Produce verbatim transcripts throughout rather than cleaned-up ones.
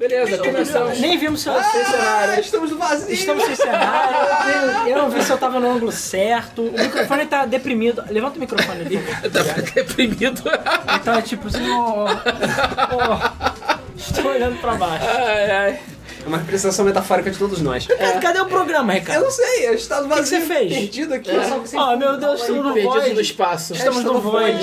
Beleza, começamos. Nem vimos seu Ah, cenário. estamos no vazio. Estamos sem cenário. Eu, eu não vi se eu tava no ângulo certo. O microfone tá deprimido. Levanta o microfone ali. Tá deprimido. Então é tipo assim, ó. ó, estou olhando pra baixo. Ai, ai. É uma representação metafórica de todos nós. É. Cadê o programa, Eu Ricardo? não sei, a gente tá no vazio. que você fez? Perdido aqui. É. Só que você Oh, meu Deus, estamos no Perdido no Void. espaço. Estamos no Void.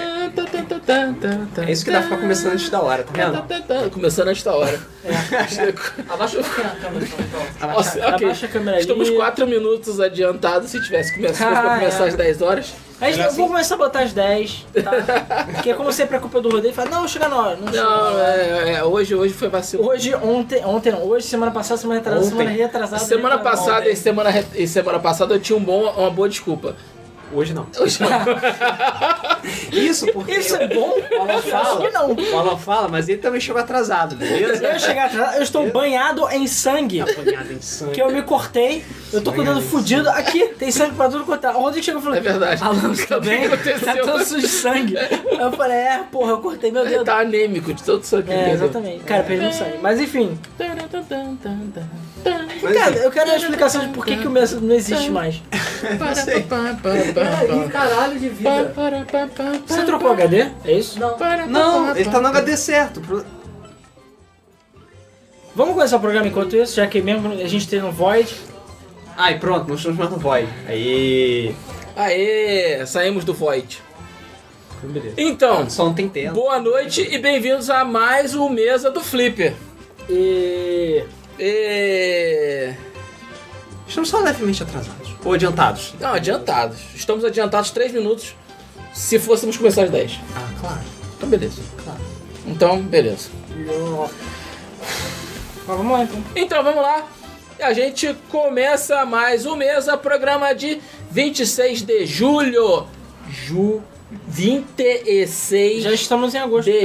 É isso que dá pra ficar começando antes da hora, tá vendo? Começando antes da hora. Abaixa um pouquinho a câmera, então. Nossa, ok. Abaixa a câmera ali. Estamos quatro minutos adiantados. Se tivesse começado, Ah, pra começar é. às dez horas. A gente, eu vou começar a botar às dez, tá? Porque como sempre a culpa é do Rodrigo, fala, não, chega na hora. Não, chega na Não, hora. é, é, hoje, hoje foi vacilo. Hoje, ontem, ontem não, hoje, semana passada, semana retrasada, Ontem. semana retrasada. Semana retrasada. passada e semana, re- e semana passada eu tinha um bom, uma boa desculpa. Hoje não. Hoje não. Isso, porque Isso é bom? o Alan fala, Acho que não. o Alan fala, mas ele também chegou atrasado, beleza? Eu chegar atrás, eu estou banhado em sangue. Apanhado em sangue. Que eu me cortei, eu tô com o dedo fudido. Aqui, tem sangue pra tudo quanto é. O Rodrigo chegou e falou: É verdade. Alan, você tá O que bem? aconteceu? Tá todo sujo de sangue. Eu falei: é, porra, eu cortei meu Ele dedo. tá anêmico de todo sangue. É, exatamente. Cara, perdi muito sangue. Mas enfim, Mas, cara, eu quero a explicação de por que, que o meu não existe mais. Que caralho de vida. Você trocou o H D? É isso? Não. não, ele tá no H D certo. Pro- Vamos começar o programa enquanto isso, já que mesmo a gente tem um Void. Ai, pronto, nós estamos mais no Void. Aí. Aê, saímos do Void. Beleza. Então, Só não tem tela. boa noite e bem-vindos a mais um Mesa do Flipper. E. E... Estamos só levemente atrasados. Ou adiantados. Não, adiantados. Estamos adiantados três minutos se fôssemos começar às dez. Ah, claro. Então, beleza. Claro. Então, beleza. Mas vamos lá então. Então, vamos lá. A gente começa mais um Mesa, programa de vinte e seis de julho. Ju... vinte e seis Já estamos em agosto. de cara.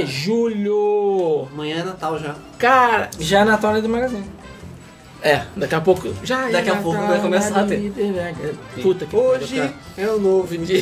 julho. Amanhã é Natal já. Cara, Já é Natal é do Magazine. é, daqui a pouco. Já é Daqui a pouco vai começar a ter. Puta que Hoje pariu, é o novo dia.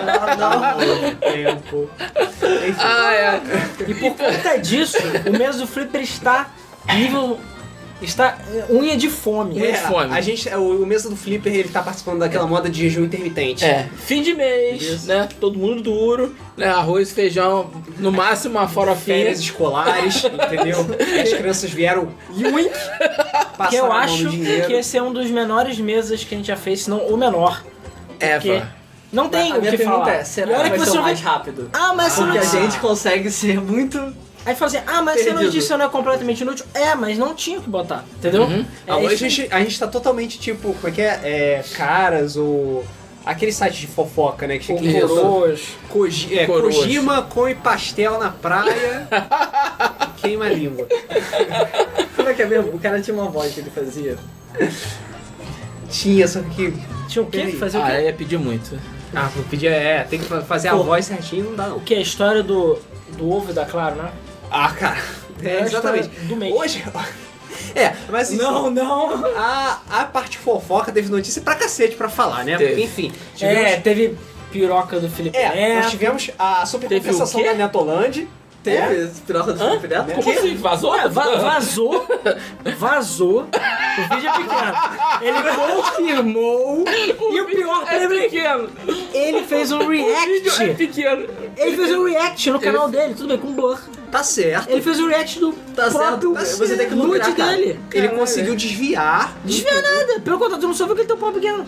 Novo tempo. Enfim. Ah, é. E por conta disso, o mês do Flipper está nível. Está é, unha de fome. É, fome. a gente, o, o mesa do Flipper, ele tá participando daquela moda de jejum intermitente. É, fim de mês, Isso. né? Todo mundo duro, né? Arroz, feijão, no máximo uma farofinha. Férias escolares, entendeu? As crianças vieram Yuink! passar Que eu a mão acho no dinheiro. que esse é um dos menores mesas que a gente já fez, se não o menor. É, Porque pá. não tem A o minha que pergunta falar. é, será E olha que vai você ser não mais vai- rápido? Ah, mas você não... Porque a gente consegue ser muito... Aí fala assim, ah, mas você não Perdido. disse que não é completamente inútil. É, mas não tinha o que botar, entendeu? Uhum. É Ah, a, isso. gente, a gente tá totalmente tipo, como é que é? É Caras ou aquele site de fofoca, né? Que fica Isso. inventando. Coroas. Koji, é, Coroas. Kojima come pastel na praia, queima a língua. Como é que é mesmo? O cara tinha uma voz que ele fazia. Tinha, só que. Tinha o quê? Peraí. Fazer o Ah, quê? eu ia pedir muito. Ah, vou pedir, é, tem que fa- fazer a Pô. voz certinho, não dá não. O que? A história do, do ovo e da Claro, né? Ah, cara. É É, a exatamente. história do mês. Hoje. É, mas assim, Não, não. A, a parte fofoca teve notícia pra cacete pra falar, né? Teve. Porque, enfim, tivemos. É, teve piroca do Felipe É, Neto. nós tivemos a supercompensação Teve o quê? da Netolândia. Teve esse piroca do Felipe Neto? Como assim? Vazou? É, va- vazou, vazou, o vídeo é pequeno. Ele confirmou, e o pior, É peraí, pequeno. ele fez um O vídeo é react. pequeno. Ele fez um react no canal dele, tudo bem, com blur. Tá certo. Ele fez um react do Tá próprio certo, você tem que lucrar, nude cara. dele. Ele Caralho. conseguiu desviar. Desvia nada, pelo contrário, tu não soube que ele tem um pau pequeno.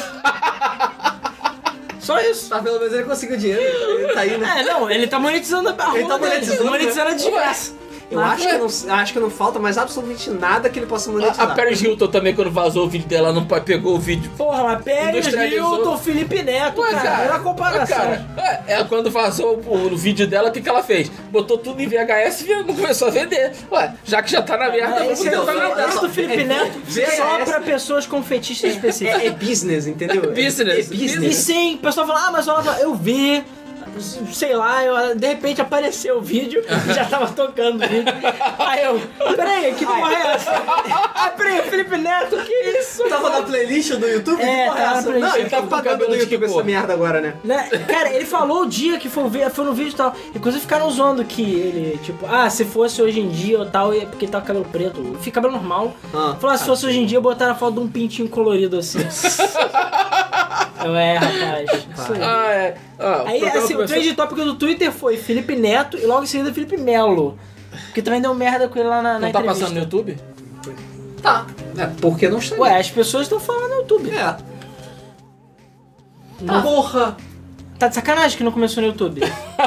Só isso. Tá, pelo menos ele conseguiu dinheiro. Ele tá aí, né? É, não, ele tá monetizando a rola Ele tá dele, monetizando, monetizando a desgraça. Eu acho que, não, acho que não falta mais absolutamente nada que ele possa A, monetizar. a Paris Hilton também, quando vazou o vídeo dela, não pa- pegou o vídeo. Porra, mas Pérez Industrializou. Hilton, Felipe Neto, Ué, cara, era a Ué, comparação. cara, é, é, quando vazou o, o vídeo dela, o que, que ela fez? Botou tudo em V H S e não começou a vender. Ué, já que já tá na merda, É, vamos esse é tentar o nadar. esse do Felipe É, Neto V H S. só pra pessoas com fetiches específicos. É, é business, entendeu? É business. É, business. E sim, o pessoal fala, ah, mas olha, eu vi sei lá, eu, de repente apareceu o vídeo e já tava tocando o vídeo. Aí eu, peraí, que porra é essa? Ah, peraí, Felipe Neto, que isso? Tava na playlist do YouTube? É, Que porra tava na essa? playlist. Não, ele Ele tá tá com pagando cabelo no de YouTube que essa cor? merda agora, né? Né? Cara, ele falou o dia que foi, ver- foi no vídeo e tal. Inclusive ficaram zoando que ele, tipo, ah, se fosse hoje em dia ou tal, é porque ele tá com cabelo preto, fica cabelo normal. Ah, Falou, ah, se fosse hoje em dia, botaram a foto de um pintinho colorido assim. Eu, é, rapaz. Isso aí. Ah, é. Ah, Aí, programa assim, o começou- trend tópico do Twitter foi Felipe Neto e logo em seguida Felipe Melo. Que também deu merda com ele lá na, na Não tá entrevista. passando no YouTube? Tá. É, porque não está. Ué, as pessoas estão falando no YouTube. É. Não- Porra! Tá de sacanagem que não começou no YouTube.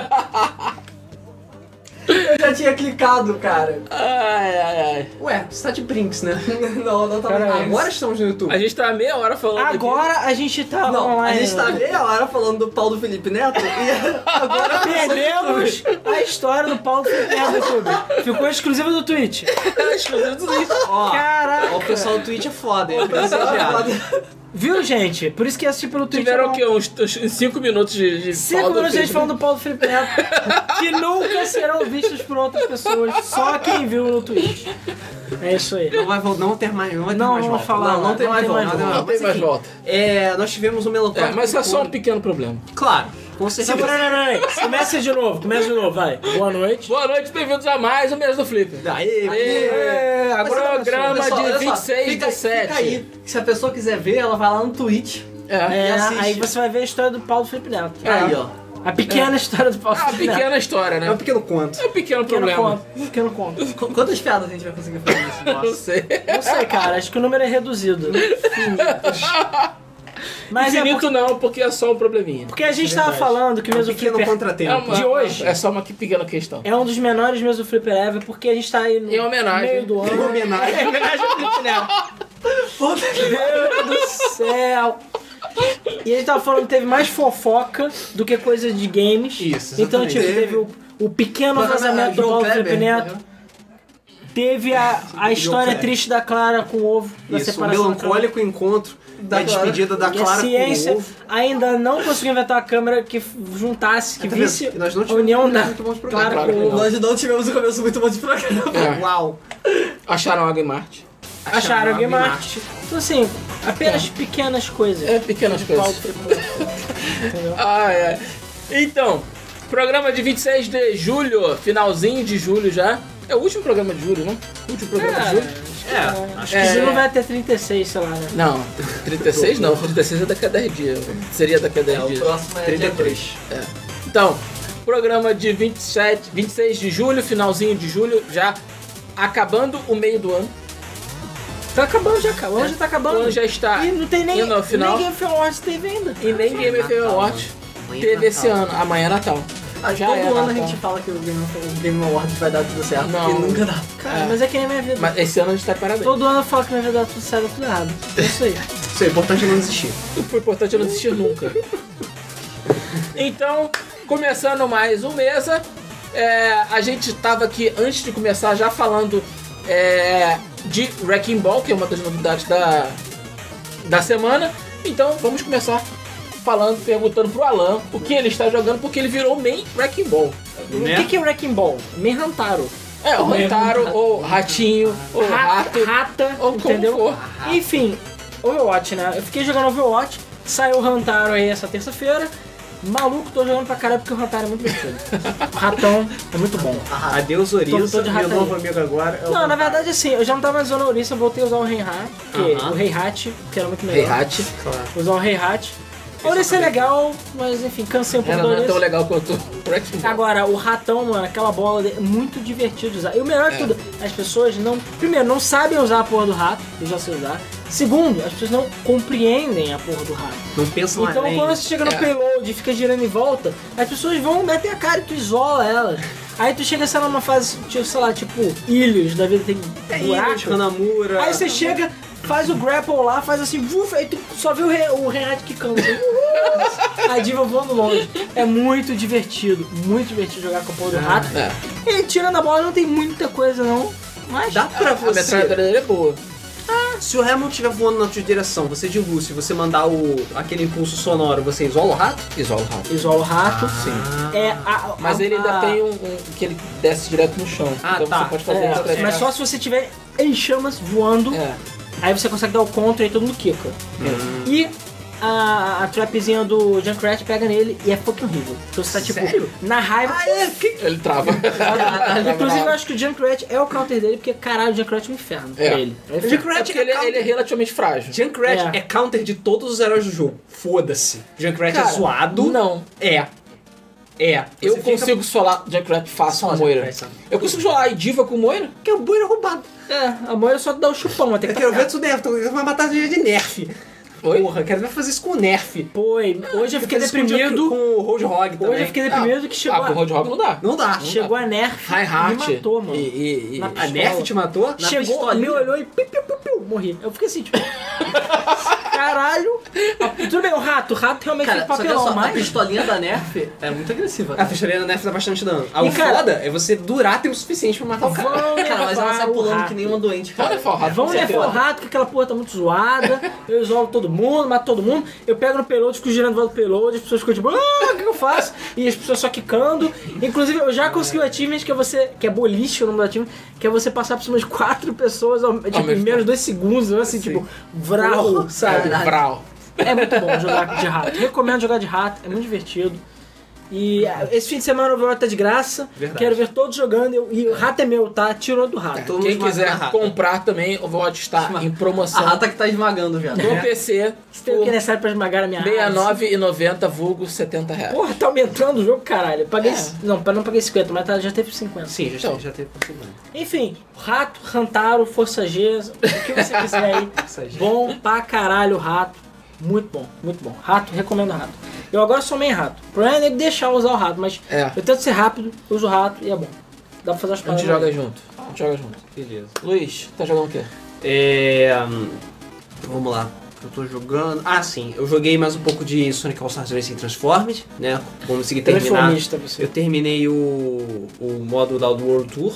eu já tinha clicado, cara. Ai, ai, ai. Ué, você tá de brinks, né? Não, não tava. Cara, Agora estamos no YouTube. A gente tá meia hora falando aqui. Agora a gente tá Não, a online. gente tá meia hora falando do pau do Felipe Neto e agora Perdemos a história do Paulo Felipe Neto do YouTube. Ficou exclusiva do Twitch. Exclusivo do Twitch. Ó, Caraca. ó, o pessoal do Twitch é foda, hein? Privilegiado. Viu, gente? Por isso que assistir pelo Twitch. Tiveram é o bom. quê? Uns cinco minutos de, de Cinco pau do minutos de gente Felipe. falando do Paulo Felipe Neto, que nunca serão vistos por outras pessoas, só quem viu no Twitch. É isso aí. Não vai vol- não ter mais, não vai ter Não, mais vamos volta. falar Não, lá, não tem não mais tem volta. mais Não, volta. Não tem mas mais enfim, volta. É, nós tivemos o Melancólico. É, mas é só um Picor. pequeno problema. Claro, com Não, certeza. não, não, não, não. Começa de novo, começa de novo, vai. Boa noite. Boa noite, bem-vindos a mais o mês do Flip. Aê, Aê. É, agora Programa Pessoal, de olha só, vinte e seis fica, do sete. Fica aí. Se a pessoa quiser ver, ela vai lá no Twitch. É. É, E assiste. aí você vai ver a história do Paulo Felipe Neto. É. Aí, ó. A pequena história do Paulo Ah, Felipe Neto. pequena história, É um né? pequeno conto. É um pequeno Pequeno problema. conto. Pequeno conto. Qu- Quantas piadas a gente vai conseguir fazer nesse Não negócio? sei. Não sei, cara, acho que o número é reduzido. Mas é Infinito porque, não, porque é só um probleminha. porque a gente tava falando que o Um mesmo pequeno Flipper É contratempo. uma, de hoje. É só uma pequena questão. é um dos menores meses do Flipper Ever, porque a gente tá aí no Em homenagem. meio do ano. Em homenagem. É homenagem ao Felipe Neto. Meu Deus do céu. E a gente tava falando que teve mais fofoca do que coisa de games. Isso, Então, exatamente. tipo, teve o, o pequeno Mas, vazamento do João Paulo Kleber, Felipe Neto. Teve a, a história Kleber. triste da Clara com o ovo, da Isso, o separação da Clara. melancólico encontro da, Da Clara. despedida da E a Clara com o ciência ovo. ainda não conseguiu inventar a câmera que f- juntasse, que Tá vendo? visse E nós não a tivemos união da muito bons programas. Clara Claro com que o ovo. Nós não tivemos um começo muito bom de programa. É. Uau. Acharam água em Marte. Acharam alguém alguém Marte. Então, assim, apenas pequenas coisas. É, pequenas Paulo coisas. Felipe Neto. Entendeu? Ah, é. Então, programa de vinte e seis de julho, finalzinho de julho já. É o último programa de julho, né? Último programa de julho. É, Acho que julho vai até trinta e seis, sei lá, né? Não, trinta e seis não, trinta e seis é daqui a dez dias. Seria daqui a dez É, o dias. próximo é trinta e dia três. Então, programa de vinte e sete, vinte e seis de julho, finalzinho de julho, já acabando o meio do ano. Tá acabando já, cara. O ano já tá O acabando. ano já está E não tem nem, indo ao final. nem Game of Awards teve ainda. E nem Game of Awards teve esse ano. Amanhã é Natal. Ah, Já todo é ano a Natal. gente fala que o Game, of- o Game Awards vai dar tudo certo, Não. porque nunca dá. Cara, É. mas é que nem minha vida. Mas esse ano a gente tá de parabéns. Todo ano eu falo que minha vida dá tudo certo, tudo errado. É isso aí. Isso é importante não desistir. O importante é não desistir nunca. Então, começando mais um Mesa, é, a gente tava aqui antes de começar já falando é, de Wrecking Ball, que é uma das novidades da, da semana. Então vamos começar falando, perguntando pro Alan o que ele está jogando, porque ele virou main Wrecking Ball. O que, que é Wrecking Ball? Me Hantaro. É, o Rantaro, ou Ratinho, ou Rato, Rata, ou como entendeu? for. Enfim, Overwatch, né? Eu fiquei jogando Overwatch, saiu o Hantaro aí essa terça-feira. Maluco, tô jogando pra caralho porque o Hantaro é muito divertido. O ratão é muito bom. Adeus, Tô- Orisa. tô de Meu rato novo aí. amigo agora é o Não, na verdade assim, eu já não tava mais usando a Ouriça, eu voltei a usar o Reinhardt, que Aham. o Reinhardt, que era muito Rei melhor. Hat. Claro. Usar o Reinhardt. A Ouriça é legal, mas enfim, cansei um pouco Era da não é tão Ouriça. legal quanto o Wrecking Ball. Agora, o ratão, mano, aquela bola dele, é muito divertido de usar. E o melhor de É. tudo, as pessoas não... Primeiro, não sabem usar a porra do rato, eu já sei usar. Segundo, as pessoas não compreendem a porra do rato. Não pensam Então, além. quando você chega no É. payload e fica girando em volta, as pessoas vão meter a cara e tu isola elas. Aí tu chega, sei lá, numa fase, tipo, sei lá, tipo, ilhos da vida, tem É buraco. Ilhos, Hanamura. Aí você chega, faz o grapple lá, faz assim, vuf, aí tu só vê o, Re, o Renato quicando. Assim, a diva voando longe. É muito divertido, muito divertido jogar com a porra do rato. É. E tirando a bola não tem muita coisa não, mas Dá pra A você. metralhadora dele é boa. Se o Hammond estiver voando na tua direção, você de luz, se você mandar o, aquele impulso sonoro, você isola o rato? Isola o rato. Isola o rato. Sim. É, a, Mas a, ele ainda a, tem um, um que ele desce direto no chão. Ah, então tá. você pode fazer É, isso pra mas só se você tiver em chamas voando, É. aí você consegue dar o contra e todo mundo quica. E a, a trapzinha do Junkrat pega nele e é fucking horrível. Então você tá tipo, Sério? na raiva. Ele trava. Inclusive eu acho que o Junkrat é o counter dele, porque caralho, o Junkrat é um inferno pra É. ele. É um O inferno. Junkrat É porque ele, é ele é relativamente frágil. Junkrat É. é. counter de todos os heróis do jogo. Foda-se. Junkrat Cara, é zoado. Não. É. É. Eu Você fica- consigo solar Junkrat fácil com Só Moira. Junkrat, sabe? Eu consigo solar a Diva com Moira? Porque o Moira é roubado. É, a Moira só dá o chupão, até que Eu quero ver tu nerf. Tu vai matar de de nerf. Oi? Porra, eu quero ver fazer isso com o nerf. Pô, hoje eu fiquei Fazer isso com o Junk- deprimido. Com o Roadhog também. Hoje eu fiquei deprimido que chegou Ah, com o a, Roadhog não dá. Não dá. chegou a Nerf e Reinhardt. me matou, mano. E, e, e... Na A nerf te matou? Na Chegou, pistolinha. me olhou e piu, piu, piu, piu, morri. Eu fiquei assim, tipo. Caralho! Ah, tudo bem, o rato, o rato realmente Cara, fez só que olha papelão, só, a mas. pistolinha da Nerf é muito agressiva. A ficharia da nerf dá bastante dano. A E, o cara- foda é você durar tempo suficiente pra matar o cara. Vão Cara, mas ela nerfar sai o pulando rato. que nem uma doente, Vamos cara. nerfar o rato. Vamos com certeza. nerfar o rato, que aquela porra tá muito zoada. Eu isolo todo mundo, mato todo mundo. Eu pego no payload, fico girando em volta do payload, as pessoas ficam tipo, ah, o que eu faço? E as pessoas só quicando. Inclusive, eu já consegui o achievement que é você, que é boliche o nome do achievement, que é você passar por cima de quatro pessoas ao, tipo, em mesmo menos tempo. de dois segundos, assim, tipo, vral, sabe? É, Vral. É muito bom jogar de rato. Recomendo jogar de rato, é muito divertido. E ah, esse fim de semana o Overwatch tá de graça. Verdade. Quero ver todos jogando. eu- E o rato é meu, tá? Tirou do rato. Todo Quem mundo quiser mata a rata. comprar também, o Overwatch está em A promoção rata que tá esmagando já. no P C Se tem o que é necessário pra esmagar a minha por asa. sessenta e nove reais e noventa centavos, vulgo setenta reais. Porra, tá aumentando o jogo, caralho. Eu paguei. É. Não, não paguei cinquenta, mas tá- já teve cinquenta. Sim, já, Então. já teve possibilidade. Enfim, Rato, Rantaro, Força G, o que você quiser aí. Bom pra caralho, Rato. Muito bom, muito bom. Rato, recomendo Rato. Eu agora sou meio Rato. O problema é deixar eu usar o Rato, mas É. eu tento ser rápido, uso o Rato e é bom. Dá pra fazer as A paradas. gente joga junto. A gente joga junto. Beleza. Luiz, tá jogando o quê? É. hum, Vamos lá. Eu tô jogando. Ah, sim. Eu joguei mais um pouco de Sonic All Stars Racing Transformed, né? Vou conseguir terminar. Transformista você. Eu terminei o, o modo da World Tour.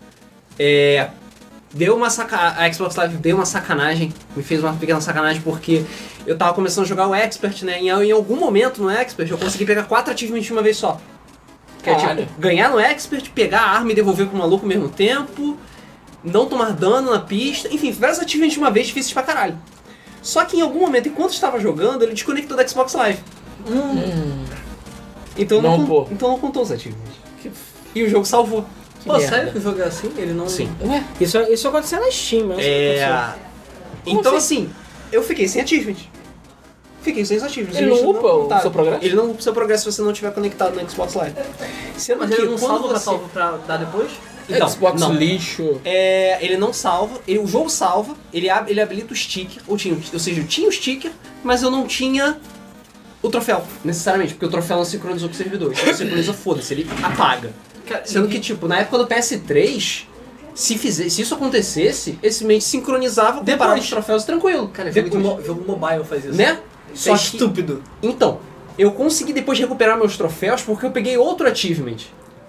É. Deu uma saca... A Xbox Live deu uma sacanagem. Me fez uma pequena sacanagem porque eu tava começando a jogar o Expert, né? E em algum momento no Expert eu consegui pegar quatro achievements de uma vez só. Que é Caralho. tipo, ganhar no Expert, pegar a arma e devolver pro maluco ao mesmo tempo, não tomar dano na pista, enfim, vários achievements de uma vez difíceis pra caralho. Só que em algum momento, enquanto eu estava jogando, ele desconectou da Xbox Live. Então não, Não, con- pô. então não contou os achievements. E o jogo salvou. Pô, merda. sério que o jogo é assim? Ele não... Sim. Ué? Isso, isso aconteceu na Steam, eu não sei o que aconteceu. É... Então assim, eu fiquei sem achievement. Fiquei sem os achievements. Ele Eles não upa o contaram. seu progresso? Ele não upa o seu progresso se você não estiver conectado no Xbox Live. Sendo Mas que ele não quando salva pra você- salvo pra dar depois? Então, Xbox não. lixo. É, ele não salva, ele, o jogo salva, ele, ab- ele habilita o sticker, ou, tinha, ou seja, eu tinha o sticker, mas eu não tinha o troféu, necessariamente, porque o troféu não sincronizou com o servidor. Se não sincroniza, foda-se, ele apaga. Cara, Sendo que, tipo, na época do P S três, se, fizer, se isso acontecesse, esse mente sincronizava, Depois. comparava os troféus tranquilo. Cara, jogo, de Depois. mo- jogo mobile faz isso. Né? Isso é Só que- estúpido. Então, eu consegui depois recuperar meus troféus porque eu peguei outro achievement.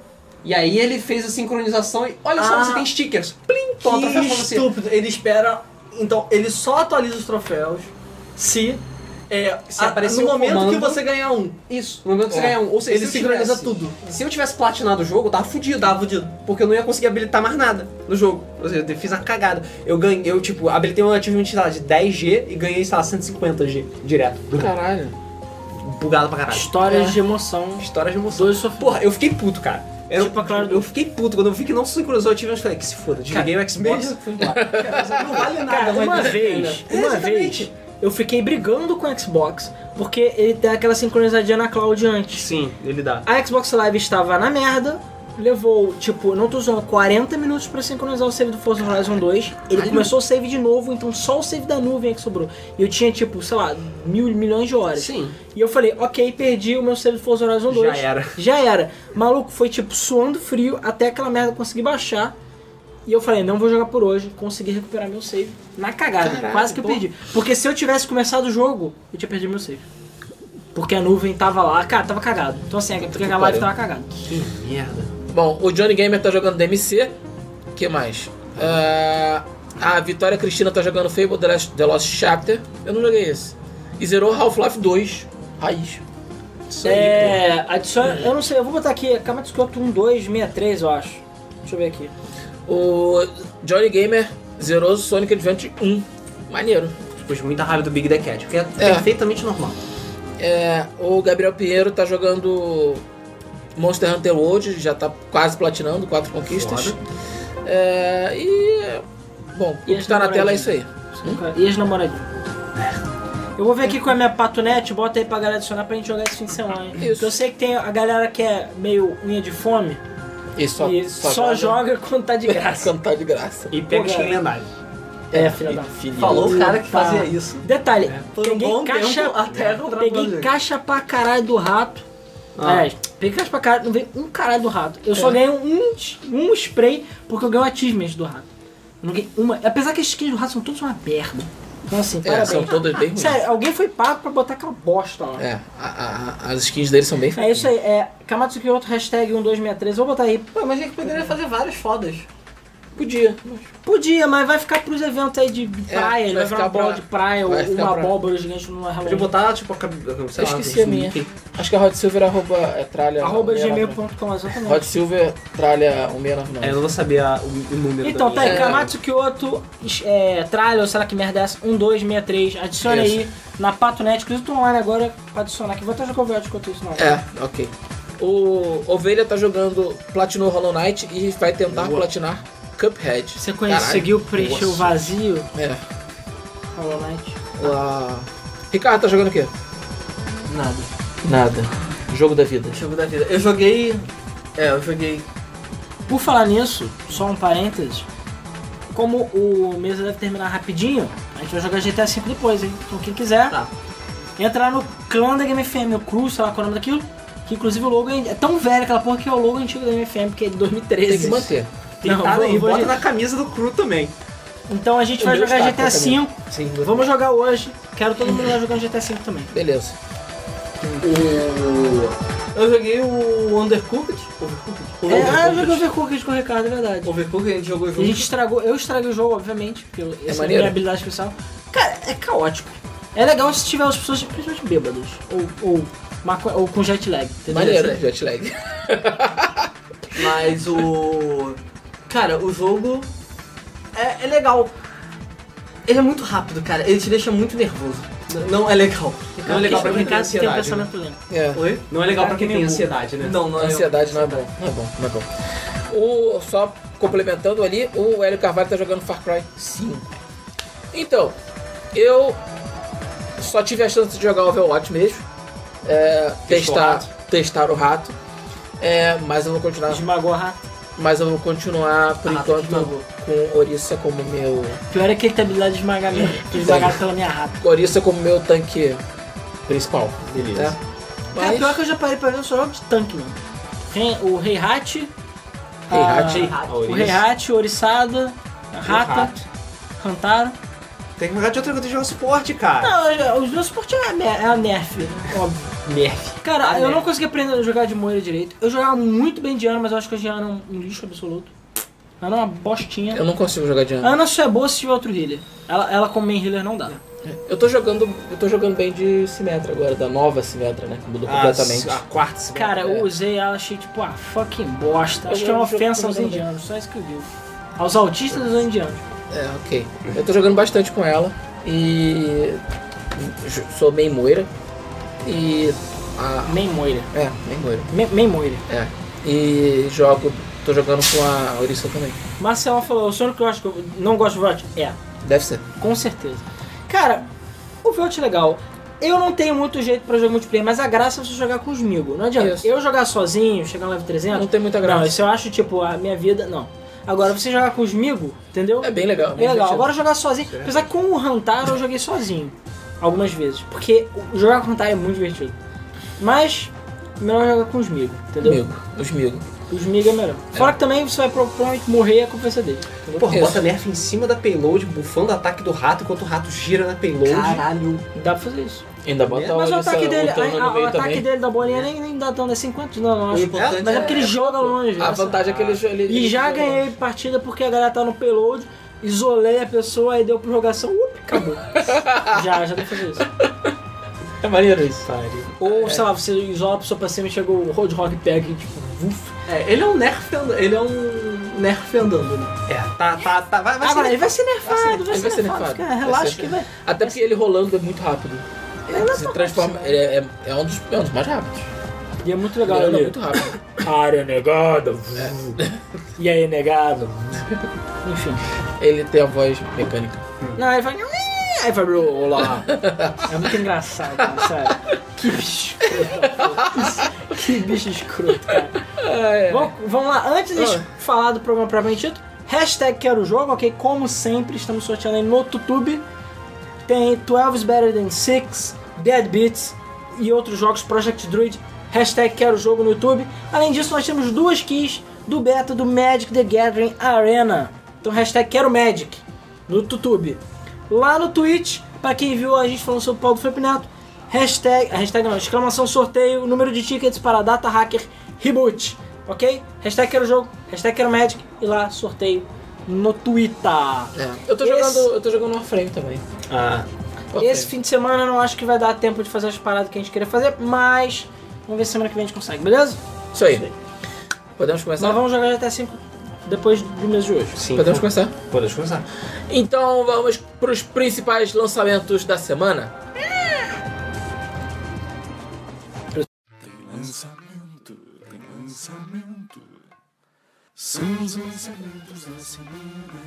E aí ele fez a sincronização e olha só, Ah. você tem stickers. Plim, toma Que troféu pra você. estúpido. Ele espera... Então, ele só atualiza os troféus se... É, Se a- aparecer no um momento comando- que você ganhar um. Isso, no momento que você É. ganha um. Ou seja, Ele se eu sincroniza tivesse- tudo. Se eu tivesse platinado o jogo, eu tava fudido. Tá fudido. Porque eu não ia conseguir habilitar mais nada no jogo. Ou seja, eu fiz uma cagada. Eu ganhei, eu tipo, habilitei um achievement sei lá, de dez G e ganhei, sei lá, cento e cinquenta G direto. Caralho. Bugado pra caralho. Histórias É. de emoção. História de emoção. Dois sofridos. Porra, eu fiquei puto, cara. Eu, Tipo a Clara do- eu fiquei puto. Quando eu vi que não sincronizou o achievement, eu falei, que se foda. Desliguei o Xbox mesmo- e fui embora. Cara, não vale nada. Cara, mas uma defenda. vez, uma Exatamente. vez, eu fiquei brigando com o Xbox, porque ele tem aquela sincronizadinha na cloud antes. Sim, ele dá. A Xbox Live estava na merda, levou, tipo, não tô usando quarenta minutos pra sincronizar o save do Forza Horizon dois. Ele Caralho. começou o save de novo, então só o save da nuvem é que sobrou. E eu tinha, tipo, sei lá, mil milhões de horas. Sim. E eu falei, ok, perdi o meu save do Forza Horizon dois. Já era. Já era. Maluco, foi tipo suando frio até aquela merda conseguir baixar. E eu falei, não vou jogar por hoje, consegui recuperar meu save na cagada, Caralho, quase que eu pô. perdi. Porque se eu tivesse começado o jogo, eu tinha perdido meu save. Porque a nuvem tava lá, cara, tava cagado. Então assim, porque a live tava cagada. Que merda. Bom, o Johnny Gamer tá jogando D M C. O que mais? Ah, A Vitória Cristina tá jogando Fable The, Last, The Lost Chapter. Eu não joguei esse. E zerou Half-Life dois. Raiz. Isso aí, É. Adiciona. Eu não sei, eu vou botar aqui. Kamatsu Kyoto um dois sessenta e três, eu acho. Deixa eu ver aqui. pô. O Johnny Gamer zerou Sonic Adventure um. Maneiro. Depois de muita raiva do Big The Cat, o que é, É. perfeitamente normal. É, o Gabriel Pinheiro tá jogando Monster Hunter World, já tá quase platinando, quatro conquistas. Foda. É, e. Bom, E o que tá na tela é isso aí. E as namoradinhas? Eu vou ver aqui com a minha patonete, bota aí pra galera adicionar pra gente jogar esse fim de semana. Hein? Isso. Porque eu sei que tem a galera que é meio unha de fome E só, e só, joga quando tá de graça. quando tá de graça. E pega Pô, skin cara. lendário. É, filha da... Filho. Falou o cara que Tá. fazia isso. Detalhe, Por um peguei bom caixa, tempo até comprar peguei pra caixa pra caralho do rato. Ah. É, peguei caixa pra caralho, não veio um caralho do rato. Eu só É. ganhei um, um spray porque eu ganhei um achievement do rato. Eu não ganhei uma. Apesar que as skins do rato são todas uma merda. Então assim, É, parabéns. são todas bem ruins. Sério, alguém foi pago pra botar aquela bosta lá. É, a- a- as skins deles são bem É isso aí, é Kamatsu Kyoto, hashtag um dois seis três, vou botar aí. Pô, mas a gente poderia fazer várias fodas. Podia. Podia, mas vai ficar pros eventos aí de, de É, praia, vai vai virar uma ficar bola pra- de praia, ou vai ficar uma pra- abóbora gigante numa Podia Halloween. botar, tipo, a cab- sei Eu lá, esqueci a um minha. Mickey. Acho que é Rod Silver arroba é, tralha. Arroba cento e noventa e gmail nove. ponto com, exatamente. Rod Silver tralha um seis nove É, eu nove. não vou saber a- o, o número Então, da tá aí, É. Kamatsu Kyoto, é, tralha, ou sei lá que merda é essa, um dois seis três, adiciona Isso. aí na Patonet, inclusive tô online agora pra adicionar aqui, vou até jogar o Overwatch enquanto isso não. É, ok. O Ovelha tá jogando Platinou Hollow Knight e vai tentar Boa. platinar Cuphead. Você conseguiu preencher o Nossa. vazio, É. Hollow Knight? Uau. Ricardo tá jogando o quê? Nada. Nada. Jogo da vida. Jogo da vida. Eu joguei. É, eu joguei. Por falar nisso, só um parênteses, como o mês deve terminar rapidinho, a gente vai jogar G T A cinco depois, hein? Então quem quiser, Tá. entra lá no clã da Game F M, o Cru, sei lá qual é o nome daquilo, que inclusive o logo é tão velho aquela porra que é o logo antigo da Game F M, porque é de dois mil e treze. Tem que manter. Tem Não, que tá vou- aí, vou- bota na camisa do crew também. Então a gente O vai meu jogar está G T A também. cinco, Sim. vamos jogar hoje, quero todo mundo lá jogando G T A cinco também. Beleza. O... Eu joguei o Undercooked. Overcooked? É, ah, eu joguei Overcooked com o Ricardo, é verdade. Overcooked a gente jogou E a junto. gente estragou, eu estraguei o jogo, obviamente, porque eu, essa é a maneiro? minha habilidade especial. Cara, é caótico. É legal se tiver as pessoas principalmente bêbadas, ou, ou, maco- ou com jet lag, entendeu? Maneiro, jet lag. Mas o. Cara, o jogo é, é legal. Ele é muito rápido, cara. Ele te deixa muito nervoso. N- Não é legal. Não é legal pra o quem tem Ricardo tem um ansiedade. pensamento lento. É. Oi? Não é legal pra Cara, quem que tem nem ansiedade, né? Não, não é. Ansiedade não é bom. Não é bom, não é bom. O, só complementando ali, o Hélio Carvalho tá jogando Far Cry cinco. Então, eu só tive a chance de jogar Overwatch mesmo. É, Testou o testar, rato. testar o rato. É, mas eu vou continuar. Esmagou a rata. Mas eu vou continuar por Ah, enquanto esmagou. com Orisa como meu. Pior é que ele tem habilidade de esmagar mesmo. Foi esmagado pela minha rata. Orisa como meu tanque principal. Beleza. Né? Cara, Mas. pior que eu já parei pra ver, eu só jogo de tanque, mano. Tem o Rei Hat, Rei Hat, a- Rei Hat. o Rei Hat, o Oriçada, a Rata, Rato. Hantaro. Tem que jogar de outra coisa, tem que jogar suporte, cara. Não, eu- os meus suportes é a, Ner- é a Nerf, óbvio. Nerf. Cara, A eu Nerf. não consegui aprender a jogar de Moira direito. Eu jogava muito bem de Ana, mas eu acho que a de Ana é um, um lixo absoluto. Ana é uma bostinha. Eu não consigo jogar de ano. Ana só é boa se tiver outro healer. Ela, ela como main healer não dá. Eu tô jogando. Eu tô jogando bem de Symmetra agora, da nova Symmetra, né? Que mudou completamente. A, a quarta se Cara, É. eu usei ela, achei tipo, ah, fucking bosta. Acho Eu que é uma jogo- ofensa aos jogando bem. indianos, só isso que eu digo. Aos autistas dos indianos. É, ok. Eu tô jogando bastante com ela e j- sou main Moira e a Main Moira. é, main Moira. Ma- Main Moira. É. E jogo, tô jogando com a Orisa também. Marcelo falou, o Sonic que eu acho que eu não gosto de Overwatch? É, Deve ser. com certeza. Cara, o Overwatch é legal. Eu não tenho muito jeito pra jogar multiplayer, mas a graça é você jogar com os amigos. Não adianta. Isso. Eu jogar sozinho, chegar no level trezentos, Não tem muita graça. não, isso eu acho tipo a minha vida, não. Agora você jogar com os amigos, entendeu? É bem legal. É bem legal. divertido. Agora jogar sozinho, apesar que com o Hantaro eu joguei sozinho algumas vezes, porque o- jogar com o Hantaro é muito divertido. Mas melhor jogar com os amigos, entendeu? Migo, os Migo. Os amigos é melhor. Fora que também você vai pro- provavelmente morrer e a culpa vai ser dele. entendeu? Porra, Isso. bota Nerf em cima da payload, bufando o ataque do rato enquanto o rato gira na payload. Caralho. Dá pra fazer isso. Ainda bota Mas o Orisa ataque dele, lutando a- no a- o meio ataque também. dele da bolinha nem, nem dá tão, é cinquenta, não, não O acho. importante Mas é porque ele é- joga longe. A essa- vantagem é que ele, ele E ele já joga- ganhei partida porque a galera tá no payload. isolei a pessoa, aí deu prorrogação, up, acabou. já, já deu pra fazer isso. É maneiro isso. Ou, sei lá, você isola a pessoa pra cima e chega o Roadhog e pega e tipo, vuf. É, ele é um nerf andando, ele é um nerf andando, né? É, tá, tá, tá. Vai, vai Ah, ser. ele vai ser nerfado, vai Ele ser nerfado. Cara, relaxa que vai. Até porque ele rolando é muito rápido. Ele não é Se tão transforma. rápido, Ele é, é, é um dos, é um dos mais rápidos. E é muito legal Ele anda ali. muito rápido. Área negada. E aí, negado. Enfim. Ele tem a voz mecânica. Não, aí vai. Aí vai rolar. É muito engraçado, cara, sério. Que bicho escroto. Que bicho escroto, cara. É, Vamos, vamos lá, antes de Ah. falar do programa propriamente dito, hashtag quero o jogo, ok? Como sempre, estamos sorteando aí no YouTube. Tem twelve is Better Than six, Dead Beats e outros jogos, Project Druid. Hashtag quero o jogo no YouTube. Além disso, nós temos duas keys do beta do Magic the Gathering Arena. Então, hashtag quero Magic no YouTube. Lá no Twitch, pra quem viu a gente falando sobre o Paulo do Felipe Neto, hashtag, hashtag não, exclamação sorteio, número de tickets para Data Hacker Reboot, ok? Hashtag quero jogo, hashtag quero Magic e lá sorteio no Twitter. É. Eu tô Esse- jogando. Eu tô jogando Warframe também. Ah, Warframe. Esse fim de semana eu não acho que vai dar tempo de fazer as paradas que a gente queria fazer, mas vamos ver se semana que vem a gente consegue, beleza? Isso aí. Podemos começar? Nós vamos jogar G T A cinco depois do mês de hoje. sim. Podemos começar? Podemos começar. Então vamos pros principais lançamentos da semana. Lançamento, tem lançamento. São os lançamentos da semana.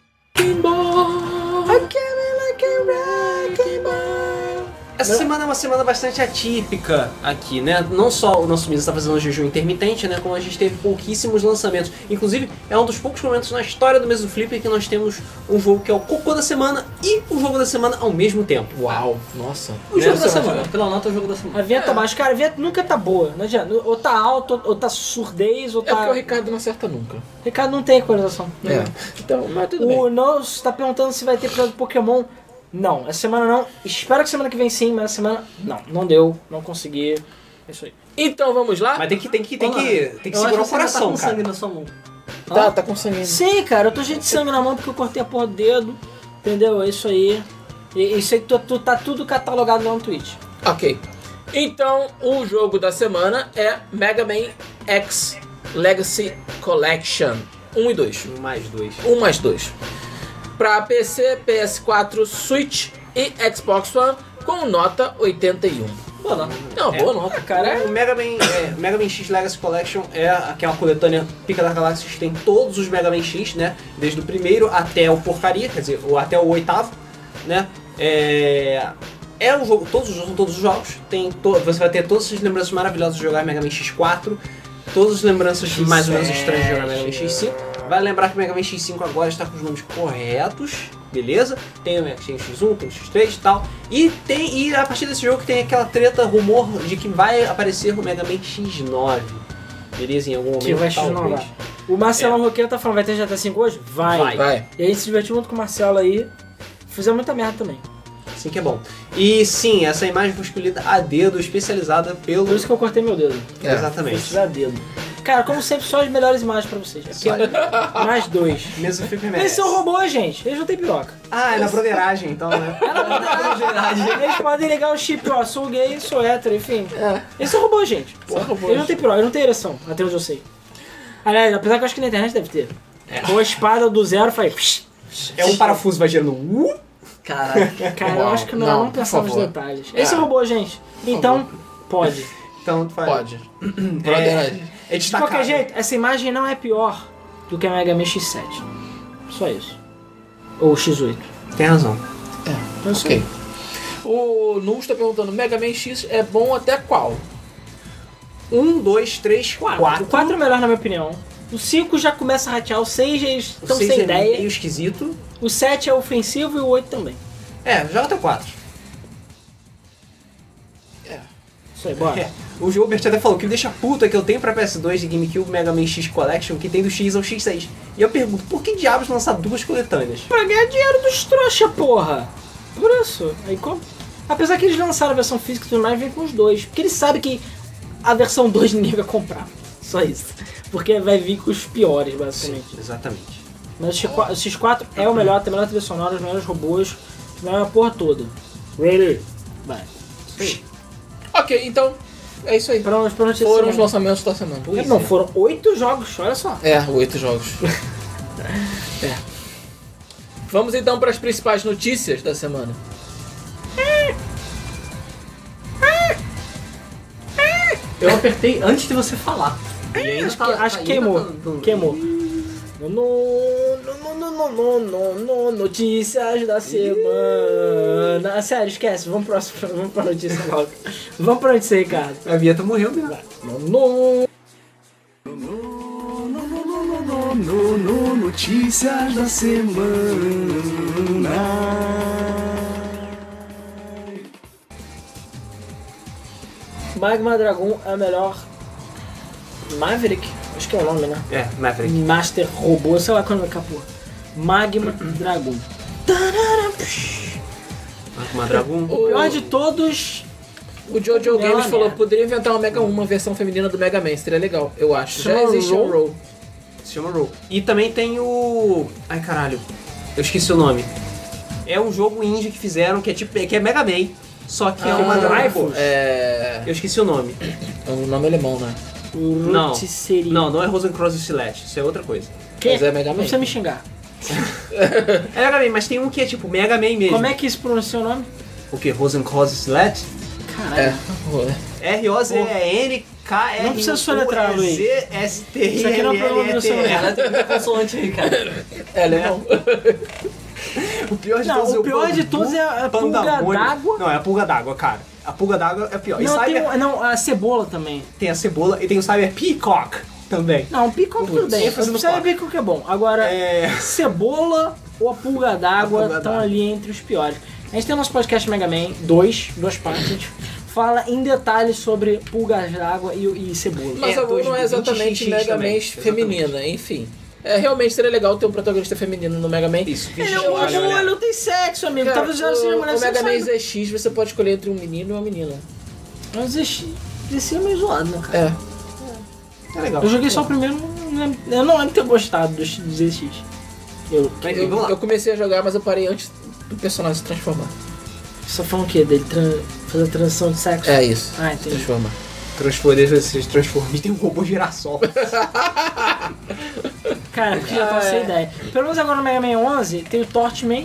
Essa semana é uma semana bastante atípica aqui, né? Não só o nosso mês está fazendo um jejum intermitente, né? Como a gente teve pouquíssimos lançamentos. Inclusive, é um dos poucos momentos na história do mês do Flipper que nós temos um jogo que é o cocô da semana e o jogo da semana ao mesmo tempo. Uau, nossa. O jogo da Nossa, semana, mano. pela nota, é o jogo da semana. A vinheta tá baixa, cara, a vinheta nunca tá boa, não adianta. Ou tá alto, ou tá surdez, ou É porque tá... o Ricardo não acerta nunca. Ricardo não tem equalização. É. Então, mas tudo O bem. Nos tá perguntando se vai ter episódio do Pokémon. Não, essa semana não. Espero que semana que vem sim, mas essa semana não. Não deu, não consegui. É isso aí. Então vamos lá. Mas tem que, tem que, tem Olá. que, tem que Eu segurar o acho que você ainda tá coração, com cara. sangue na sua mão. Tá, tá com sangue. Sim, cara, eu tô cheio de sangue na mão porque eu cortei a porra do dedo. Entendeu? É isso aí. E isso aí tu, tu, tá tudo catalogado lá no Twitch. Ok. Então, o jogo da semana é Mega Man X Legacy Collection um e dois. Um mais dois. um mais dois. Para P C, P S quatro, Switch e Xbox One com nota oitenta e um. Boa nota. Não, É. boa nota. Cara, o Mega Man, é, Mega Man X Legacy Collection é aquela coletânea Pica das Galáxias que tem todos os Mega Man X, né? Desde o primeiro até o porcaria, quer dizer, o- até o oitavo, né? É, é um jogo, todos os jogos são todos os jogos. Tem to, você vai ter todas essas lembranças maravilhosas de jogar Mega Man X quatro, todas as lembranças mais ou menos estranhas de jogar Mega Man X cinco. Vale lembrar que o Mega Man X cinco agora está com os nomes corretos, beleza? Tem o Mega Man X um, tem o X três e tal. E tem e a partir desse jogo tem aquela treta, rumor de que vai aparecer o Mega Man X nove. Beleza? Em algum momento, Que vai talvez. renovar. O Marcelão Roqueiro tá falando, vai ter G T A cinco hoje? Vai. Vai. Vai. E a gente se divertiu muito com o Marcelo aí. Fizemos muita merda também. Assim que é bom. E sim, essa imagem foi escolhida a dedo, especializada pelo... Por isso que eu cortei meu dedo. É. Exatamente. Fiz a dedo. Cara, como sempre, só as melhores imagens pra vocês. Aqui, ó, mais dois. Mesmo o Flipper Eles merece. são robôs, gente. Eles não têm piroca. Ah, é na broderagem, então, né? Eles podem ligar o chip, ó, sou gay, sou hétero, enfim. É. Eles são robôs, gente. São robôs. Eles não têm piroca, eles não têm ereção, até onde eu sei. Aliás, apesar que eu acho que na internet deve ter. Com a espada do zero faz... É um parafuso, vai gerando um... uh, Caraca. Cara, eu Uau. acho que não, Não, vamos por pensar nos favor. detalhes. Esse é robô, gente. Então, pode. Então, faz. Pode. Broderagem. É, é De qualquer jeito, essa imagem não é pior do que a Mega Man X sete. Só isso. Ou X oito. Tem razão. Então, isso Ok. aí. O Nus tá perguntando, Mega Man X é bom até qual? Um, dois, três, quatro. O quatro é melhor na minha opinião. O cinco já começa a ratear, o seis eles O estão seis sem é ideia. meio esquisito. O sete é ofensivo e o oito também. É, joga até o quatro. Isso aí, bora. É. O Gilbert até falou que me deixa puta que eu tenho pra P S dois de GameCube Mega Man X Collection que tem do X ao X seis. E eu pergunto, por que diabos lançar duas coletâneas? Pra ganhar dinheiro dos trouxa, porra. Por isso. Aí, como... Apesar que eles lançaram a versão física e tudo mais, vem com os dois. Porque eles sabem que a versão dois ninguém vai comprar. Só isso. Porque vai vir com os piores, basicamente. Exatamente. Mas o X quatro, o X quatro é o melhor, tem a melhor trilha sonora, os melhores robôs, a melhor porra toda. Ready? Vai. Ok, então é isso aí. Pra, pra notícia Foram os semana. lançamentos da semana. Não, foram oito jogos, olha só. É, oito jogos. É. Vamos então para as principais notícias da semana. Eu apertei antes de você falar. E ainda Acho que, tá- acho que ainda queimou. tá dando- Queimou. No, no, no, no, no, no, no, notícias da semana. Sério, esquece. Vamos, próximo, vamos pra notícia logo. Vamos pra notícia, Ricardo. A Vieta morreu mesmo. No, no. No, no, no, notícias da semana. Magma Dragon é a melhor Maverick? Acho que é o nome, né? É, Maverick. Master Robô, sei lá quando vai capô. Magma Dragon. Uma Dragon. O pior de todos. O Jojo Não, Games né? falou que poderia inventar uma Mega um, uma versão feminina do Mega Man, seria legal, eu acho. Já Chama existe um Roll? Roll. Se chama Roll. E também tem o... Ai, caralho. Eu esqueci o nome. É um jogo indie que fizeram que é tipo... que é Mega Man. Só que é uma Ah, Dragon Rifles? Ball. É... Eu esqueci o nome. é um nome alemão, né? Não. Rotisserie. Não, não é Rosencrantz e Celeste. Isso é outra coisa. Que? Mas é Mega Não Man. precisa me xingar. É Mega Man, mas tem um que é tipo Mega Man mesmo. Como é que se pronuncia o nome? O que? Rosencrantz e Celeste? Caralho. É. Roll. R O Z E N K R Não precisa soletrar, Luiz. Z S T I Isso aqui não é L problema L do E T celular. Ela tem muita consoante aí, cara. É alemão. O pior de Não, todos o pior de todos é a pulga Pandemônio. d'água. Não, é a pulga d'água, cara. A pulga d'água é pior. E Não, tem, Cyber... o- não, a cebola também. tem a cebola e tem o Cyber Peacock também. Não, pico tudo Putz, bem. ênfase no Você vai quarto. ver que o que é bom. Agora, É... cebola ou a pulga d'água A pulga estão d'água. ali entre os piores. A gente tem o nosso podcast Mega Man dois, duas partes. A gente fala em detalhes sobre pulgas d'água e, e cebola. Mas É, a Roll não é dois mil e vinte exatamente X Mega também, Man exatamente. feminina, enfim. É, realmente seria legal ter um protagonista feminino no Mega Man. Isso, Ele é vixe, um olha, robô, olha. ele não tem sexo, amigo. Cara, Talvez já seja o, mulher o Mega Man sexual. Z X você pode escolher entre um menino e uma menina. Mas esse esse é meio zoado, né, cara? É. É legal. Eu joguei só o primeiro, não lembro- eu não lembro de ter gostado do Z X. Eu, Mas, Eu, vamos lá. eu comecei a jogar, mas eu parei antes do personagem se transformar. Você tá falando o quê? Dele tran- fazer a transição de sexo? É isso. Ah, entendi. Transformar. Transformar, se transformar e tem um robô girassol. Cara, porque já Ah, tá sem é. ideia. Pelo menos agora no Mega Man onze tem o Torchman,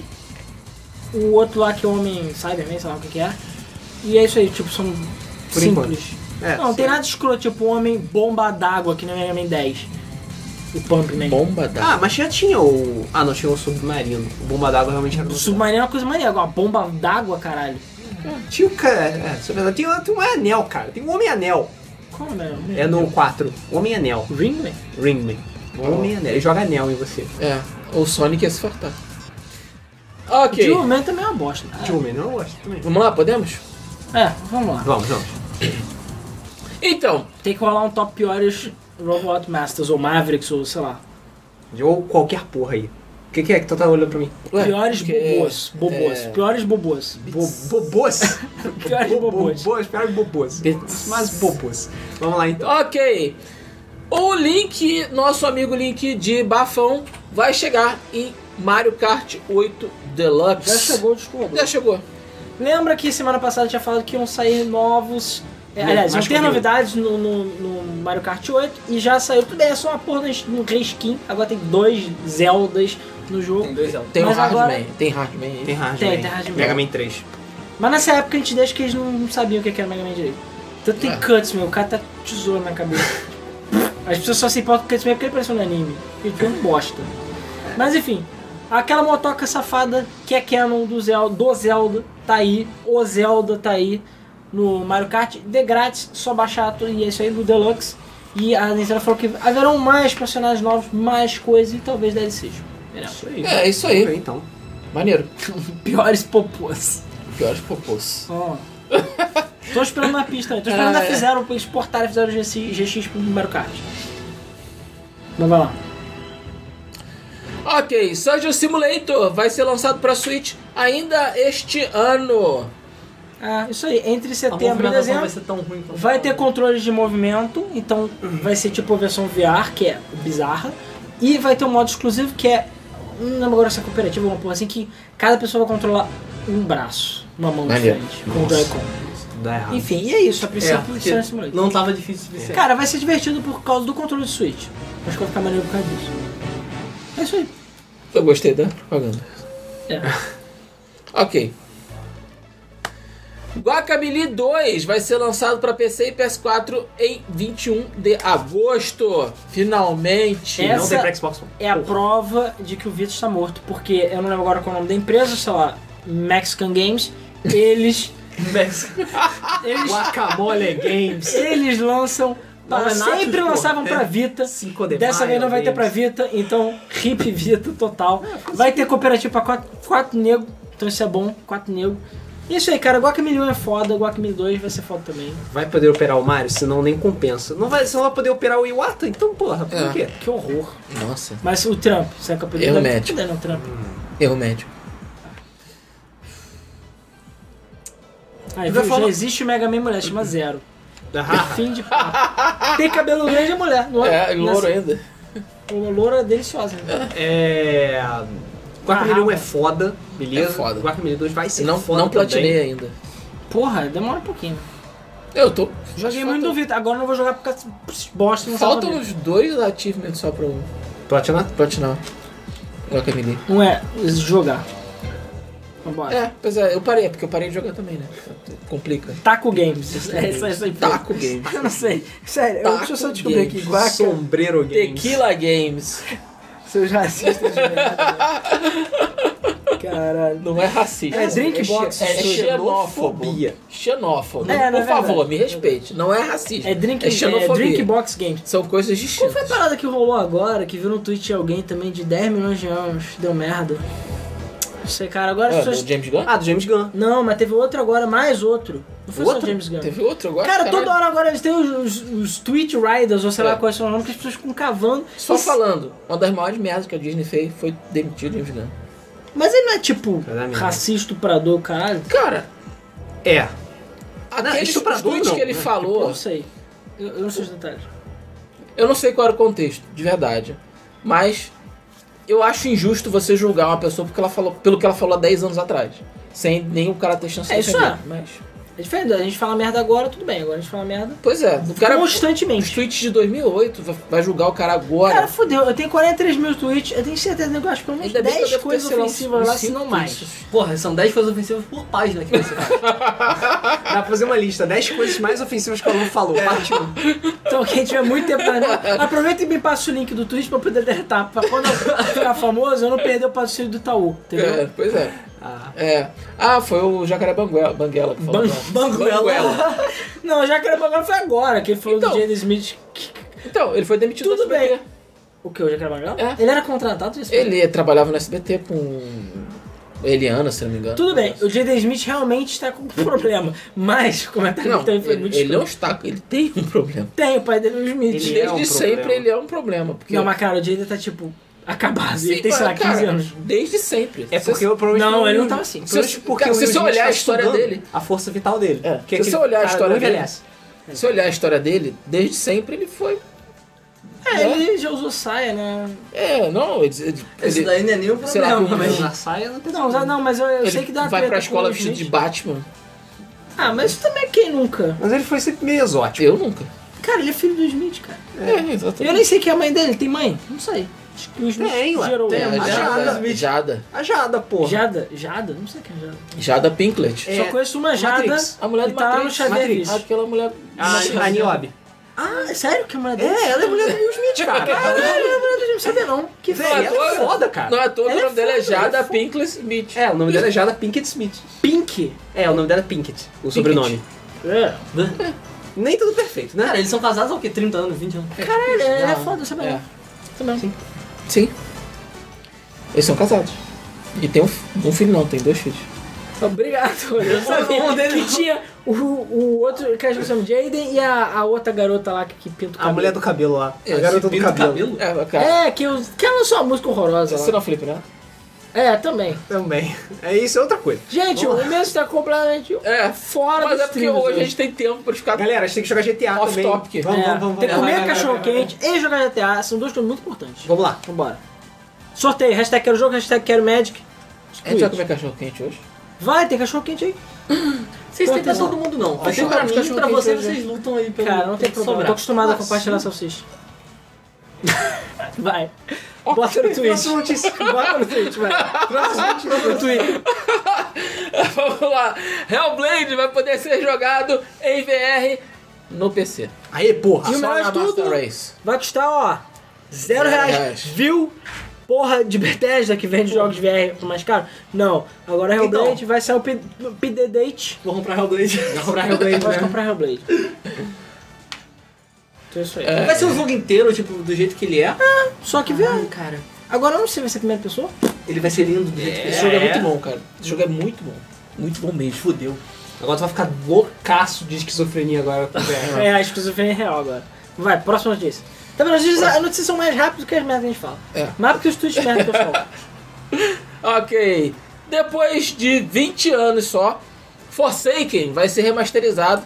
o outro lá que é o Homem Cyberman, sei lá o que que é. E é isso aí, tipo, são Por simples. É, não, não tem sim. nada de escroto, tipo o Homem Bomba d'Água que no Mega Man dez. O Pumpman. Bomba da. Ah, mas já tinha o... Ah, não, tinha o submarino. O bomba d'água realmente era O no submarino é uma coisa maneira, agora bomba d'água, caralho. Tinha o cara... É, isso é verdade. Tem, tem um anel, cara. Tem um Homem-Anel. Qual é o nome? É no quatro. Homem-Anel. Ringman? Ringman. Homem-Anel. Ele joga anel em você. É. O Sonic ia se fartar. Ok. O Juman também é uma bosta. Tio, eu não gosto também. Vamos lá, podemos? É, vamos lá. Vamos, vamos. Então, Tem que rolar um top piores Robot Masters, ou Mavericks, ou sei lá. Ou qualquer porra aí. O que, que é que tu tá olhando pra mim? ué, piores porque- bobôs. Bobôs. é- Piores bobôs. Bo bobôs? Piores Bo- bobôs. Bobôs, piores bobôs. Bits. Mas bobôs. Vamos lá então. Ok. O Link, nosso amigo Link de Bafão, vai chegar em Mario Kart oito Deluxe. Já chegou o descobridor. Já chegou. Lembra que semana passada eu tinha falado que iam sair novos. É, aliás, iam mais ter conteúdo. novidades no, no, no Mario Kart oito e já saiu. Tudo bem, é só uma porra no reskin. Agora tem dois Zeldas no jogo. Tem dois Zelda. Tem Mas o Hardman. agora- Tem Hardman aí. Tem Hardman. Tem, tem Hardman. Mega Man três. Mas nessa época a gente deixa que eles não sabiam o que era Mega Man direito. Tanto tem É. cuts, meu. O cara tá tesouro na cabeça. As pessoas só se importam com cuts mesmo porque ele apareceu no anime. Ele foi um bosta. Mas enfim, aquela motoca safada que é canon do Zelda, do Zelda tá aí. O Zelda tá aí no Mario Kart. De grátis, só baixar tudo e é isso aí no Deluxe. E a Nintendo falou que haverão mais personagens novos, mais coisas e talvez D L Cs. Veremos. Isso aí. É, isso Vamos ver, aí. então. Maneiro. Piores popôs. Piores popôs. Ó. Tô esperando na pista, tô esperando Ah, a é. fizeram pra exportar, fizeram o G X, G X pro Mario Kart. Mas vai lá. Ok, Surgeon Simulator vai ser lançado para Switch ainda este ano. Ah, isso aí, entre A setembro e movimentação dezembro vai ser tão ruim quanto vai a- ter controles de movimento, então vai ser tipo a versão V R, que é bizarra, e vai ter um modo exclusivo que é não lembro agora se é cooperativa ou uma porra assim, que cada pessoa vai controlar um braço, uma mão Maneiro. diferente, com o Joy-Con. Dá errado. Enfim, e é isso, a É, princípio porque Surgeon Simulator. não tava difícil o suficiente. Cara, vai ser divertido por causa do controle de Switch. Acho que vai ficar maneiro por causa disso. É isso aí. Eu gostei da propaganda. É. Ok. Guacamelee dois vai ser lançado para P C e P S quatro em vinte e um de agosto. Finalmente. É. Não Essa tem pra Xbox One. É a prova de que o Vita está morto, porque eu não lembro agora qual é o nome da empresa, sei lá, Mexican Games. Eles. eles, Guacamole Games. eles lançam. Não é Nachos, sempre porra. lançavam pra É. Vita. cinco de Dessa maio vez não vai ter Games. pra Vita, então hip Vita total. Vai ter cooperativo pra quatro, quatro nego, então isso é bom, quatro nego. E isso aí, cara, Guacamelee um é foda, Guacamelee dois vai ser foda também. Vai poder operar o Mario, senão nem compensa. Não vai, você não vai poder operar o Iwata? Então, porra, por É. quê? Que horror. Nossa, Mas o Trump, você é capaz de Erro não médico. poder, não, Trump. erro médio. Aí, vai viu, falar- já existe o Mega Man mulher, chama Zero. Ah, Fim de papo. Tem cabelo grande é mulher, não É, louro nessa- ainda. Uma loura deliciosa. Né? é... Guacamelee um é foda, beleza? É foda. Guacamelee dois vai ser Não, foda não platinei também. ainda. Porra, demora um pouquinho. Eu tô. Joguei muito no Vita, agora não vou jogar porque essa bosta não Faltam salva uns dois achievements só pra eu Platinar? platinar. Guacamelee. Não é jogar. Vambora. É, pois é, eu parei, porque eu parei de jogar também, né? Complica. Taco Games. É essa, essa empresa. Taco Games. Eu não sei. Sério, eu, Taco deixa eu só descobrir aqui. Games. Guaca, Sombreiro Games. Tequila Games. seus racistas de merda. Caralho. Não é racista. É Drinkbox É, Studio. xenófobo. Xenofobia. Xenófobo. É, não é Por favor, verdade. me respeite. Não é racista. É, drink, é é xenofobia. Drinkbox Games. São coisas Qual foi a distintas. parada que rolou agora, que viu no tweet de alguém também de dez milhões de anos, deu merda? Não sei, cara, agora as Ah, pessoas... do James Gunn? Ah, do James Gunn. Não, mas teve outro agora, mais outro. Não foi só Outro? o James Gunn. Teve outro agora? Cara, Caralho. toda hora agora eles têm os, os, os Tweet Riders, ou sei lá É. quais são os nomes, que as pessoas ficam cavando. Só E- falando, uma das maiores merdas que a Disney fez foi demitir o James Gunn. Mas ele não é tipo Vai dar merda. racista, estuprador, caralho? Cara, É. aqueles estuprador tweets não, que ele né? Eu falou, não sei. Eu, eu não sei os detalhes. eu não sei qual era o contexto, de verdade. Mas eu acho injusto você julgar uma pessoa porque ela falou, pelo que ela falou há dez anos atrás. Sem nenhum cara ter chance É, de isso defender. é. Mas, É diferente, a gente fala merda agora, tudo bem. Agora a gente fala merda pois é, o cara, os constantemente. tweets de dois mil e oito vai- vai julgar o cara agora. Cara, fodeu. Eu tenho quarenta e três mil tweets, eu tenho certeza que eu acho pelo menos Ainda bem que eu dez devo ter, coisas sei lá, uns- ofensivas lá, uns se não cinco mais. tweets. Porra, são dez coisas ofensivas por página que você faz. Dá pra fazer uma lista. dez coisas mais ofensivas que o aluno falou. Parte um. Então quem tiver muito tempo na aproveita e me passa o link do Twitch pra eu poder deletar. Pra quando eu ficar famoso, eu não perder o patrocínio do Itaú, entendeu? É, pois é. Ah. É. Ah, foi o Jacaré Banguela, Banguela que falou. Ban- né? Banguela. Não, já que era Banguela foi agora, que ele falou Então. do Jaden Smith. Então, ele foi demitido Tudo do S B T. bem. O que, o Jacaré Banguela? É. Ele era contratado nesse Ele trabalhava no S B T com Eliana, se não me engano. Tudo bem, o Jaden Smith realmente está com um problema. Mas o comentário Não, dele foi ele, muito ele não escroto. está, ele tem um problema. Tem, o pai dele é o Smith. Ele Desde é um sempre problema. ele é um problema. Porque Não, mas cara, o Jaden tá tipo acabado. Sim, ele tem, sei lá, cara, quinze anos. Desde sempre. É porque eu provavelmente Não, ele não tava assim. Se- porque cara, o se você Will Smith olhar a tá história estudando dele- a força vital dele. É, Que se você aquele olhar a cara história não dele- envelhece. Se olhar a história dele, desde sempre ele foi. É, né? ele já usou saia, né? É, não, ele, ele, Esse daí não é nenhum sei lá, problema, com- mas... Na saia não tem Não, já- não, mas eu, eu ele sei que dá uma vai treta pra com escola o vestido Smith. de Batman. Ah, mas também quem nunca? Mas ele foi sempre meio exótico. Eu nunca. Cara, ele é filho do Smith, cara. É, exatamente. Eu nem sei quem é a mãe dele, tem mãe? Não sei. Acho que o Smith Tem, ué, gerou tem, É, ele. a Jada, Jada. Jada. A Jada, porra. Jada? Jada? Não sei quem é Jada. Jada Pinklet. É, Só conheço uma Jada Matrix. A mulher e do tá lá no Matrix. Xavier Matrix. Vídeo. Aquela mulher. A, a Niobe. Ah, é sério que é a mulher dele? É, ela é mulher do Will Smith, cara. Caralho, a mulher dele não sabia não. Que Véi, foda. ela é foda, cara. Não é todo, o Ela é nome dela é foda, ela Jada é foda. Pinklet Smith. É, o nome dela é Jada Pinkett Smith. Pink. É, o nome dela é Pinkett, o sobrenome. É. Nem tudo perfeito, né? Cara, eles são casados há o quê? trinta anos, vinte anos? Caralho, ela é Não, foda, sabe? É. Também. Sim. Sim. Eles são casados. E tem um, fi- um filho não, tem dois filhos. Obrigado, eu sabia Um dele que não. tinha o, o outro, que a gente chama Jaden, e a, a outra garota lá que, que pinta o cabelo. A mulher do cabelo lá. É, A garota do Pinta o cabelo. É, cara. É, que, os, que ela lançou uma música horrorosa Você lá. não, Felipe, né? É, também. Também. É isso, é outra coisa. Gente, o mês está completamente É. fora Mas dos é porque trilhos hoje a hoje. gente tem tempo pra ficar. Galera, a gente tem que jogar G T A Off também. topic. Vamos, É, vamos, vamos. tem que vamos. comer vai, vai, cachorro vai, vai. quente e jogar G T A, são duas coisas muito importantes. Vamos lá. Vambora. Sorteio, hashtag quero jogo, hashtag quero Magic. A gente vai comer cachorro quente hoje? Vai, tem cachorro quente aí. Vocês têm pra Não. todo mundo não. Vai Tem ter pra cara de mim, cachorro pra quente vocês, hoje. vocês lutam aí pelo Cara, não tem que problema. sobrar. Tô acostumado a Ah, compartilhar sim. salsicha. Vai. Bota no Twitch. Próxima notícia. Bota no Twitch, vai. Próxima notícia no Twitter. Vamos lá. Hellblade vai poder ser jogado em V R no P C. Aí, porra. E o Só melhor na de tudo, Master Race. vai custar, ó, zero Zero reais. reais. Viu? Porra de Bethesda que vende jogos de V R por mais caro? Não. Agora Hellblade Então. vai sair o P D Date. Vou comprar Hellblade. Vai comprar Hellblade, Pode né? comprar Hellblade. Então é isso aí. É. Vai ser o jogo inteiro, tipo, do jeito que ele é? Só que V R. cara. Agora eu não sei se vai ser a primeira pessoa. Ele vai ser lindo do jeito que Esse ele jogo é É. muito bom, cara. Esse jogo é muito bom. Muito bom mesmo. Fudeu. Agora tu vai ficar loucaço de esquizofrenia agora com o V R. É, a exclusiva é real agora. Vai, próxima notícia. Tá vendo? As notícias, as notícias são mais rápidas do que as merdas que a gente fala. É. Mais porque os tweets merda que eu falo. Ok. Depois de vinte anos só, Forsaken vai ser remasterizado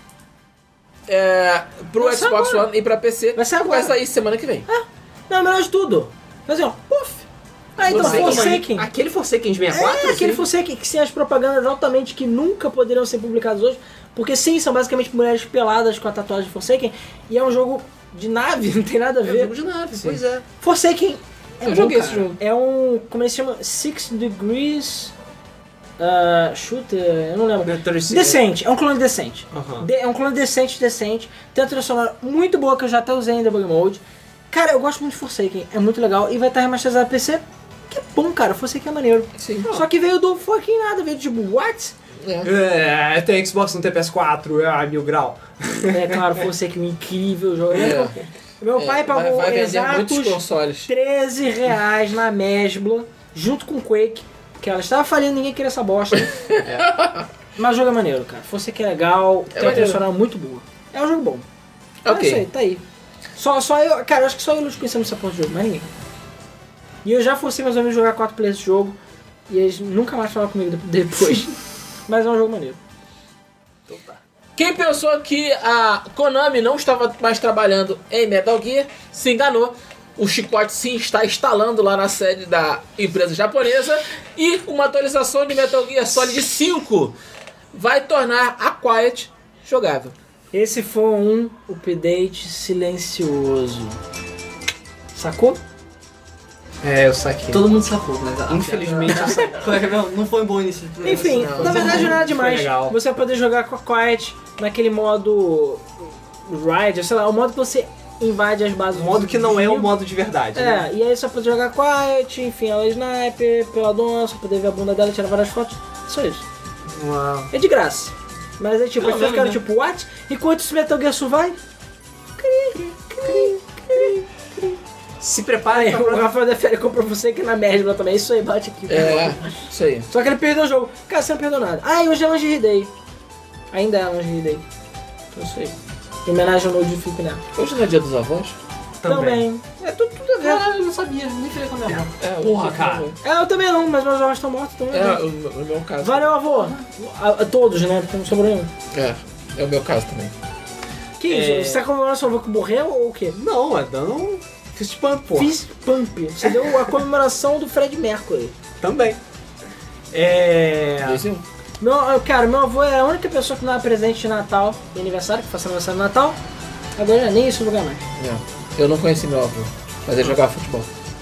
é, pro Vai sair Xbox agora. One e pra P C. Vai sair agora. Vai sair semana que vem. Não, melhor de tudo. Fazer, ó, puf. Ah, então, Forsaken, Forsaken. Aquele Forsaken de sessenta e quatro? É, aquele sim. Forsaken que tem as propagandas altamente que nunca poderiam ser publicadas hoje. Porque sim, são basicamente mulheres peladas com a tatuagem de Forsaken. E é um jogo de nave, não tem nada a É um ver. jogo de nave, pois é. Forsaken é Eu bom, joguei cara. esse jogo. É um, como ele se chama? Six Degrees uh, Shooter, eu não lembro. Decente, é um clone decente. Aham. De- é um clone decente, decente. Tem uma trilha sonora muito boa que eu já até usei em Debug Mode. Cara, eu gosto muito de Forsaken, é muito legal. E vai estar remasterizado P C. Que bom, cara, Forsaken é maneiro. Sim. Só que veio do fucking nada, veio tipo, what? É. É, tem Xbox, não tem P S quatro, ah, mil grau. É claro, Forsaken é um incrível jogo. É. Meu pai É, pagou vai, vai vender muitos exatos consoles. treze reais na Mesbla, junto com Quake, que ela estava falindo, ninguém queria essa bosta. Mas o jogo é maneiro, cara. Forsaken é legal, tem uma maneiro. trilha sonora muito boa. É um jogo bom. É Ok. isso aí, tá aí. Só, só eu, cara, eu acho que só eu não conhecemos essa porra de jogo, mais ninguém. E eu já forcei meus amigos a jogar quatro players desse jogo, e eles nunca mais falaram comigo de- depois. Mas é um jogo maneiro. Quem pensou que a Konami não estava mais trabalhando em Metal Gear, se enganou. O chicote sim está instalando lá na sede da empresa japonesa. E uma atualização de Metal Gear Solid cinco vai tornar a Quiet jogável. Esse foi um update silencioso. Sacou? É, eu saquei. Todo mundo sacou, mas... a- Infelizmente, eu saquei. Foi, não, não foi um bom início. Enfim, Não, na verdade não é nada foi demais. legal. Você vai poder jogar com a Quiet naquele modo Ride, sei lá, o modo que você invade as bases. Um modo que não é o inimigo. modo de verdade, né? É, e aí você vai poder jogar Quiet, enfim, ela é sniper, peladona, você vai poder ver a bunda dela e tirar várias fotos. Só isso. Uau. É de graça. Mas é tipo, Não, as pessoas não, ficaram não. tipo, what? Enquanto esse Metal Gear Survive? Cri, cri, cri, cri. Se prepare Aí, pra... o Rafael da Féria comprou você que na merda também. Isso aí, bate aqui. É, isso aí. Só que ele perdeu o jogo. Cara, você não perdeu nada. Ah, e hoje é Lingerie Day. Ainda é Lingerie Day. Então isso aí. Em homenagem ao novo de Felipe Neto. Hoje não é dia dos avós? Também. É tudo, tudo a ver. Ah, eu não sabia, nem falei com a minha avó. É, Porra, hoje cara. é É, eu também não, mas meus avós estão mortos também. É, o- no meu caso. Valeu, avô. A, a todos, né? Porque não sobrou nenhum. É, é o meu caso também. Que isso? É. Você tá comemorando seu avô que morreu ou o quê? Não, é dando um fist bump, pô. Fist Pump. Você deu a comemoração do Fred Mercury. Também. É... Disse um. Meu, cara, meu avô é a única pessoa que não dá presente de Natal e aniversário, que faça aniversário de Natal. Agora nem isso não lugar mais. É. Eu não conheci meu avô, mas ele jogava futebol.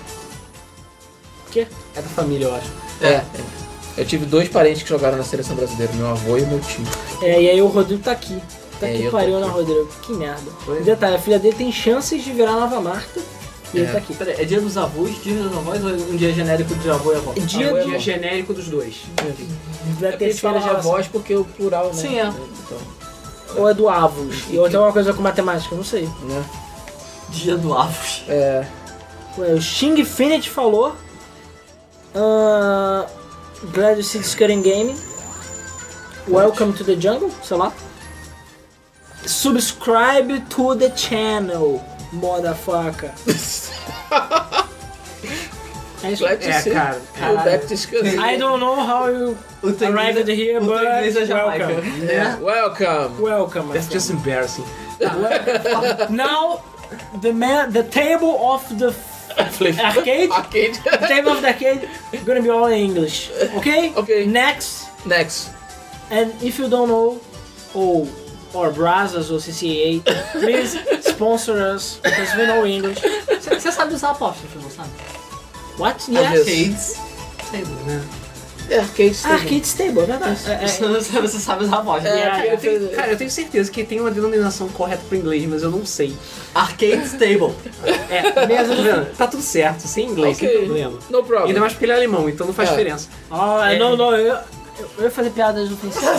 O quê? É da família, eu acho. É. Eu tive dois parentes que jogaram na seleção brasileira, meu avô e meu tio. É, e aí o Rodrigo tá aqui. Tá É, que eu tô pariu, aqui. né, Rodrigo? Que merda. Pois é. Detalhe, a filha dele tem chances de virar nova Marta e ele É. tá aqui. Peraí, é dia dos avós, dia dos avós ou é um dia genérico de avô e avó? Dia É o do- dia genérico dos dois. Da É porque eles terceira falam geração. avós porque o plural, né? Sim, é. Então, Ou é do Avos. E ou tem alguma coisa com matemática, não sei. né? Dia do avós. É. Ué, o Xing Infinity falou. Uh, glad you see Discussing Gaming. Welcome to the jungle, sei lá. Subscribe to the channel, motherfucker. É isso. Glad to É, see cara, you back to school. I don't know how you O teu arrived inglês- here, o teu but inglês é Jamaica. welcome. É. Welcome. Welcome, my That's friend. just embarrassing. Now, the man, the table of the Flip. Arcade? Arcade. Table of the Arcade, gonna be all in English. Okay? Okay. Next, Next. and if you don't know, ou or Brazos ou C C A, please sponsor us because we know English. Você sabe usar apóstrofo, não sabe? What? Às Yes. vezes. Arcades. Table, né? É, Arcade Ah, Arcade Stable, é verdade. É, é, Você você sabe usar apóstrofo. É, Yeah, Eu tenho- yeah. cara, eu tenho certeza que tem uma denominação correta pro inglês, mas eu não sei. Arcade Stable. é, mesmo. Tá vendo? Tá tudo certo, sem inglês, sem Ok. problema. No problem. Ainda mais porque ele é alemão, então não faz É. diferença. Ah, não, não, eu, eu ia fazer piadas ofensivas.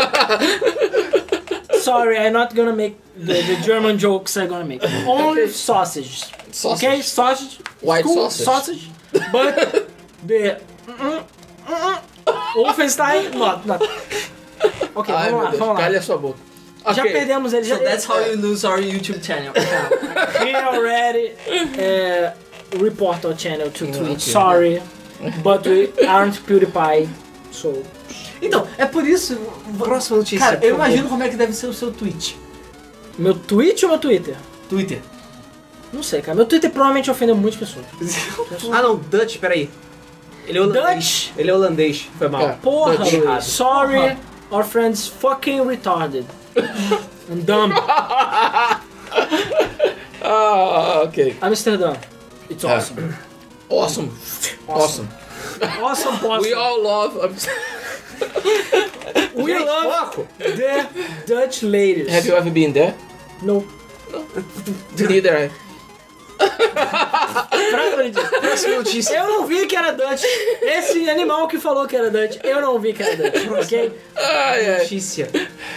Sorry, I'm not gonna make the, the German jokes I'm gonna make. Only Okay. sausages. Sausage. Okay, sausage. White cool, sausage. But the mm, mm, mm, Wolfenstein, not, not. Ok, Ai, vamos meu lá, Deus. vamos lá. Calha sua boca. Já Ok. perdemos ele. So Já, that's how you lose our YouTube channel. we already uh, report our channel to Twitch. okay. Sorry, but we aren't PewDiePie, so... Então, é por isso... Próxima notícia. Cara, por eu favor. imagino como é que deve ser o seu tweet. Meu Twitch ou meu Twitter? Twitter. Não sei, cara. Meu Twitter provavelmente ofendeu muitas pessoas. Ah não, Dutch, peraí. Ele é holandês. Dutch? Ele é holandês, foi mal. É. Porra, Dutch. Luiz. Sorry, our friends fucking retarded. And dumb. Ah, ok. Amsterdã. It's É. awesome. Awesome. Awesome. Awesome, awesome. We all love... We Gente, love foco. the Dutch ladies. Have you ever been there? No. Neither I. Francamente, Próxima notícia. eu não vi que era Dutch. Esse animal que falou que era Dutch, eu não vi que era Dutch, ok? Ai, ai. Notícia.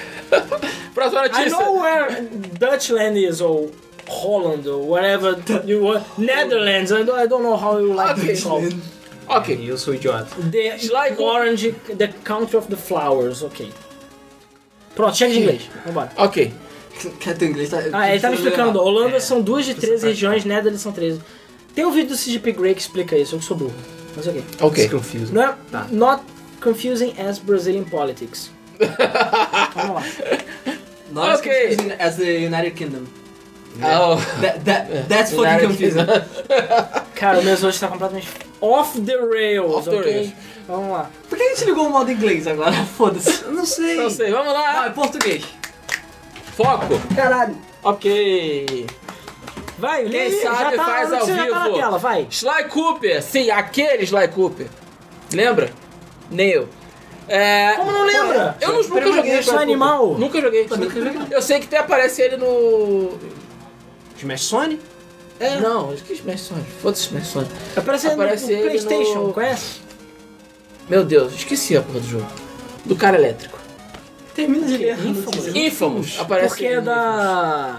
Próxima I notícia. know where Dutchland is, or Holland, or whatever you want. Netherlands, I don't, I don't know how you like Okay. to call it. Ok. Eu sou idiota. The Like- Orange, the country of the flowers, ok. Pronto, chega de inglês, vambora. Ok. Quer teu inglês? Tá, Ah, ele tá me explicando, É. Holanda são duas de treze regiões, Netherlands são treze. Tem um vídeo do C G P Grey que explica isso, eu que sou burro, mas ok. Ok. Confused. Não é, Tá. not confusing as Brazilian politics. Vamos lá. Not Okay. as confusing as the United Kingdom. Oh. That, that, that's fucking United confusing. Cara, o meu hoje tá completamente off the rails, Off the ok? rails. Vamos lá. Por que a gente ligou o modo inglês agora? Foda-se. Eu não sei. Não sei, vamos Ah, lá. é português. Foco. Caralho. Ok. Vai, Quem lê, sabe já tá, faz ao você já tá na vivo. tela, vai. Sly Cooper. Sim, aquele Sly Cooper. Lembra? Neil. É... Como não lembra? Eu nunca Primeiro joguei game, Sly sou Cooper. animal. Nunca joguei. Eu sei que até aparece ele no... Smash Sony? É. Não, acho que Smash Sonic. Foda-se Smash Sonic. Aparece, Aparece no, no ele PlayStation, no- conhece? Meu Deus, esqueci a porra do jogo. Do cara elétrico. Termina de ler a Infamous. notícia. Infamous. Aparece Porque ele é no da...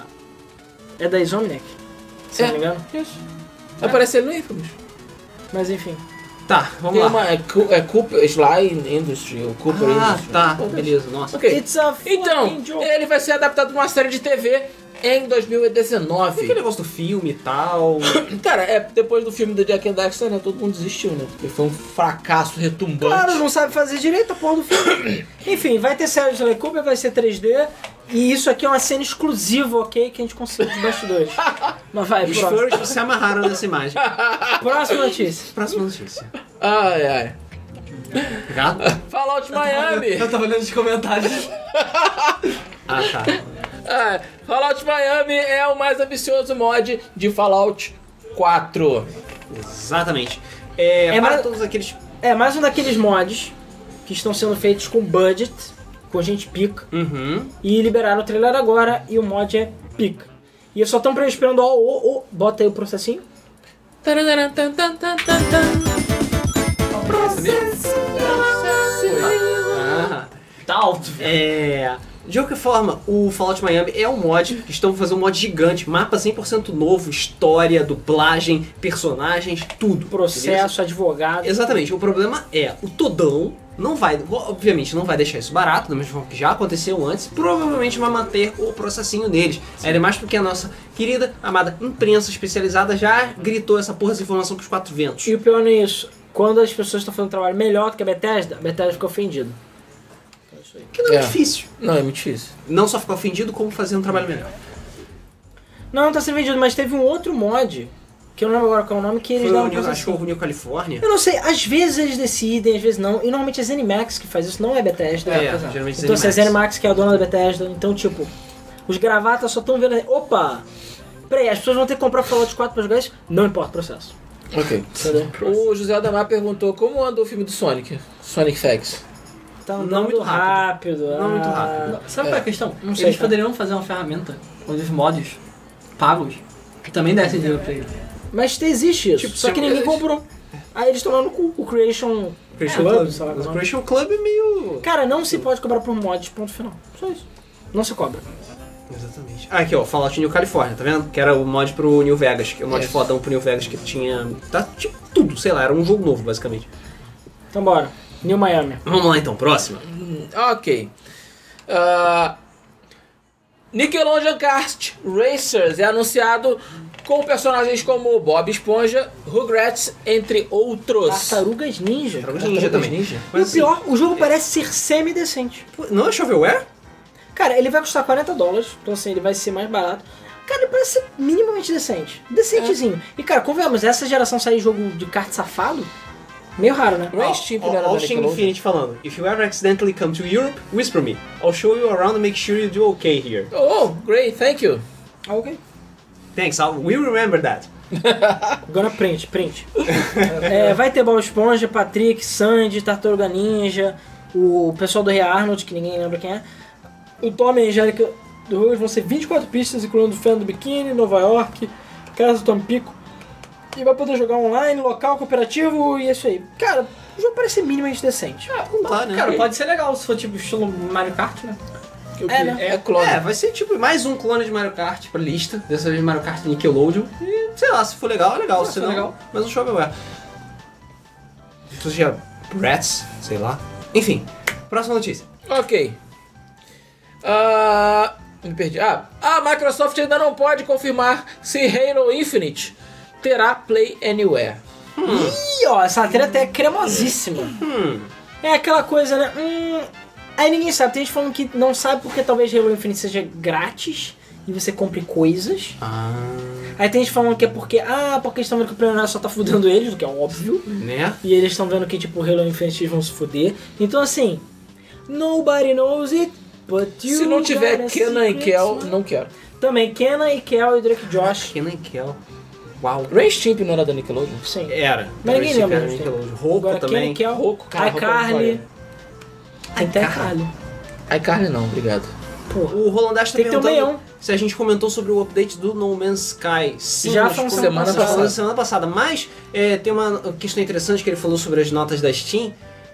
É da Insomniac, se É. não me engano. Infamous. Isso. Aparece ele no Infamous. Mas enfim. Tá, vamos Tem lá. uma... É, Cu- é Cooper... Sly Industry. Ou Cooper Ah, Industry. tá. Foda-se. Beleza, nossa. Ok. It's a Então, fucking joke. ele vai ser adaptado numa série de T V em dois mil e dezenove. Aquele negócio do filme e tal. Cara, é depois do filme do Jack and Daxter, né? Todo mundo desistiu, né? Porque foi um fracasso retumbante. Claro, não sabe fazer direito a porra do filme. Enfim, vai ter série de Sly Cooper, vai ser três D. E isso aqui é uma cena exclusiva, ok? Que a gente conseguiu dos bastidores. Mas vai, Os próximo. fãs se amarraram nessa imagem. Próxima notícia. Próxima notícia. Ai, ai. Gato? Fallout Miami. Eu tava olhando os comentários. Ah, tá. Ah, Fallout Miami é o mais ambicioso mod de Fallout quatro. Exatamente. É, É para mais- todos aqueles... É mais um daqueles mods que estão sendo feitos com budget, com gente pica. Uhum. E liberaram o trailer agora e o mod é pica. E eles só estão esperando, ó, ó, ó, bota aí o processinho. Ah, Tá alto. é... De qualquer forma, o Fallout Miami é um mod que estão fazendo um mod gigante, mapa cem por cento novo, história, dublagem, personagens, tudo. Processo, advogado. Exatamente, o problema é, o Todão não vai, obviamente não vai deixar isso barato, da mesma forma que já aconteceu antes, provavelmente vai manter o processinho deles. Ainda mais porque a nossa querida, amada imprensa especializada já gritou essa porra dessa informação pros quatro ventos. E o pior não é isso. Quando as pessoas estão fazendo um trabalho melhor do que a Bethesda, a Bethesda fica ofendida. É isso aí. Que não é, É. difícil. Não, é muito difícil. Não só ficar ofendido, como fazer um trabalho melhor. Não, não tá sendo vendido, mas teve um outro mod que eu não lembro agora qual é o nome, que eles Foi dão o um New, processo acho que foi assim. o New California. Eu não sei, às vezes eles decidem, às vezes não. E normalmente é ZeniMax que faz isso, não é Bethesda. É, pois é. geralmente Então se é ZeniMax. ZeniMax que é a dona da Bethesda, então tipo, os gravatas só estão vendo. Opa! Peraí, as pessoas vão ter que comprar Fallout quatro pra jogar isso? Não importa o processo. Ok. Entendeu? O José Adamar perguntou como andou o filme do Sonic, Sonic Facts. Tá Não andando muito rápido. Não muito ah, rápido. Sabe qual é a questão? Não sei, Eles cara. poderiam fazer uma ferramenta onde os mods pagos também dessem dinheiro pra ele. Mas existe isso. Tipo, só que se- ninguém comprou. Aí eles estão lá no cu. O Creation, Creation Club, Club. sei lá qual é Mas o o nome. Creation Club é meio... Cara, não se pode cobrar por mods, ponto final. Só isso. Não se cobra. Exatamente. Ah, aqui ó, Fallout New California, tá vendo? Que era o mod pro New Vegas, que é o mod É. fodão pro New Vegas que tinha... Tá, tipo, tudo, sei lá, era um jogo novo, basicamente. Então bora. New Miami. Vamos lá então, próxima. Ok. Ah, Nickelodeon Kart Racers é anunciado com personagens como Bob Esponja, Rugrats, entre outros. Tartarugas Ninja. Tartarugas Ninja também. Ninja. E Mas o assim, pior, o jogo parece ser semi-decente. pô, não é shovelware? Cara, ele vai custar quarenta dólares, então assim, ele vai ser mais barato. Cara, ele parece ser minimamente decente. Decentezinho. E cara, convenhamos, essa geração sair jogo de kart safado, meio raro, né? Race Team não era Ó, ó, da o Shin Nickelodeon? Infinity falando. If you ever accidentally come to Europe, whisper me. I'll show you around and make sure you do okay here. Oh, great, thank you. Ah, ok. Thanks, I'll, we'll remember that. Agora print, print. É, vai ter Bob Esponja, Patrick, Sandy, Tartaruga Ninja, o pessoal do Rei Arnold, que ninguém lembra quem é. O Tom e a Angélica do Ruas vão ser vinte e quatro pistas, incluindo o Feno do Biquíni, Nova York, Casa do Tom Pico. E vai poder jogar online, local, cooperativo e é isso aí. Cara, o jogo parece ser minimamente decente. Não tá, né? Cara, pode ser legal se for tipo estilo Mario Kart, né? O É, quê? né? É clone. É, vai ser tipo mais um clone de Mario Kart pra lista. Dessa vez Mario Kart Nickelodeon. E sei lá, se for legal, é legal. Ah, Se for não, legal. mas um shovelware. Então já Rats, sei lá. Enfim, próxima notícia. Ok. Ah, me perdi. Ah, a Microsoft ainda não pode confirmar se Halo Infinite terá Play Anywhere. Ih, ó, essa treta é cremosíssima. Hum, É aquela coisa, né? Hum, aí ninguém sabe. Tem gente falando que não sabe porque talvez Halo Infinite seja grátis e você compre coisas. ah, Aí tem gente falando que é porque, ah, porque eles estão vendo que o Play só tá fudendo eles, o que é óbvio. né? E eles estão vendo que, tipo, o Halo Infinite vão se fuder. Então, assim, nobody knows it, but you Se não tiver got a Kenan e secret Kel, smile. não quero. Também, Kenan e Kel e Drake Josh. Kenan e Kel. Uau. Race Team não era da Nickelodeon? Sim. Era. Mas ninguém lembra Era disso. Nickelodeon. Roku Agora, também. Kenan e Kel, Roku, cara, Roku é iCarly. Ai, Até cara. Carly. iCarly não, obrigado. Porra. O Rolandash tá Tem que ter um perguntando meião. se a gente comentou sobre o update do No Man's Sky. Sim, Já nós foi comentamos semana falamos passada. semana passada. Mas é, tem uma questão interessante que ele falou sobre as notas da Steam.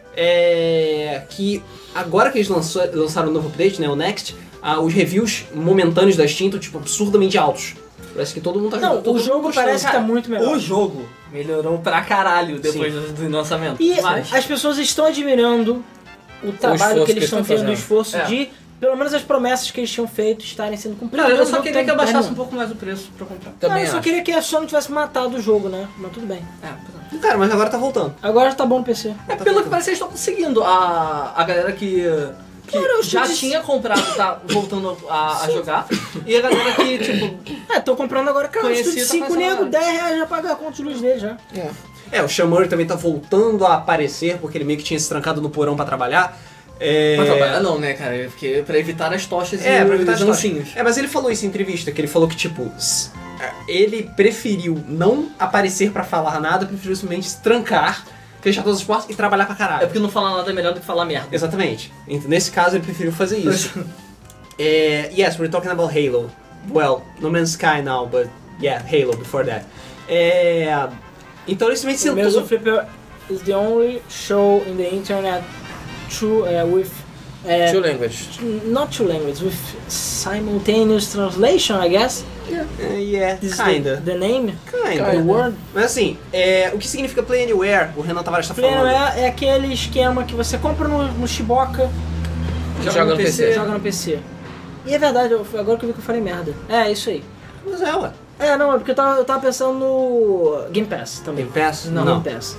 É que agora que eles lançou- lançaram o novo update, né, o Next, ah, os reviews momentâneos da Steam estão tipo, absurdamente altos. Parece que todo mundo tá Não, jogando. todo o mundo jogo gostando. parece que tá muito melhor. O jogo melhorou pra caralho depois do, do lançamento. E Mas as pessoas estão admirando o trabalho esforço que eles que estão eles estão tendo, o fazendo. esforço É. de, pelo menos as promessas que eles tinham feito estarem sendo cumpridas. Cara, eu O só jogo queria tá que abaixasse inferno. um pouco mais o preço pra comprar. Cara, Também eu só acho. queria que a Sony tivesse matado o jogo, né? Mas tudo bem. É, pois é. Cara, mas agora tá voltando. Agora já tá bom no P C. É, pelo que parece, eles estão conseguindo. A, a galera que, que Cara, eu já estou dis- tinha comprado tá voltando a, a jogar. E a galera que, tipo, É, tô comprando agora, cara, Conheci, de tá cinco fazendo nego, live. dez reais já paga a conta de luz dele já. É. É, o Shamur também tá voltando a aparecer, porque ele meio que tinha se trancado no porão pra trabalhar. É... pra trabalhar não, né, cara? Porque pra evitar as tochas É, e pra evitar os as tochas. ancinhos. É, mas ele falou isso em entrevista, que ele falou que, tipo, s- ele preferiu não aparecer pra falar nada, preferiu simplesmente se trancar, fechar todas as portas e trabalhar pra É caralho. porque não falar nada é melhor do que falar merda. Exatamente. Ent- Nesse caso, ele preferiu fazer isso. É, yes, we're talking about Halo. Well, No Man's Sky now, but yeah, Halo before that. É, então ele simplesmente O mesmo sentou... Flipper is the only show in the internet true, uh, with uh, Two language. not two languages, with simultaneous translation, I guess. É, yeah, This is kinda. the, the name, Kinda. the word. Mas assim, é, o que significa Play Anywhere? O Renan Tavares tá Play falando. é, é aquele esquema que você compra no, no Shiboka, Joga no P C. joga no P C. E é verdade, eu- agora que eu vi que eu falei merda. É, isso aí. Mas é, ué. É, não, é porque eu tava, eu tava pensando no Game Pass também. Game Pass? Não, Não. Game Pass.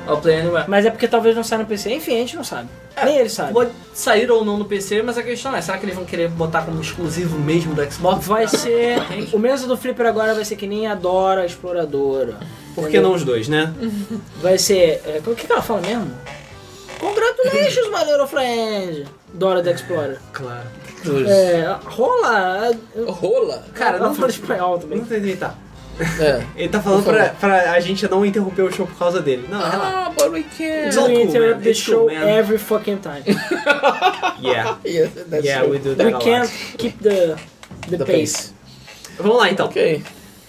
ao Play Anywhere. Mas é porque talvez não saia no P C. Enfim, a gente não sabe. Nem ele sabe. Pode sair ou não no P C, mas a questão é, será que eles vão querer botar como exclusivo mesmo do Xbox? Vai ser... O mesa do Flipper agora vai ser que nem a Dora Exploradora. Por que não os dois, né? Vai ser... É, o que, que ela fala mesmo? Congratulations, my little friend! Dora the Explorer. Claro. É, rola... Rola? Cara, ela não fala espanhol também. Não entendi, tá. É. Ele tá falando Por pra, favor. pra a gente não interromper o show por causa dele. Não, relaxa. Ah, but we can't. It's all We cool, interrupt man. the It's show cool, man. every fucking time. Yeah. Yeah, that's Yeah, true. we do that We a lot. can't keep the, the, The pace. Vamos lá, então. Ok.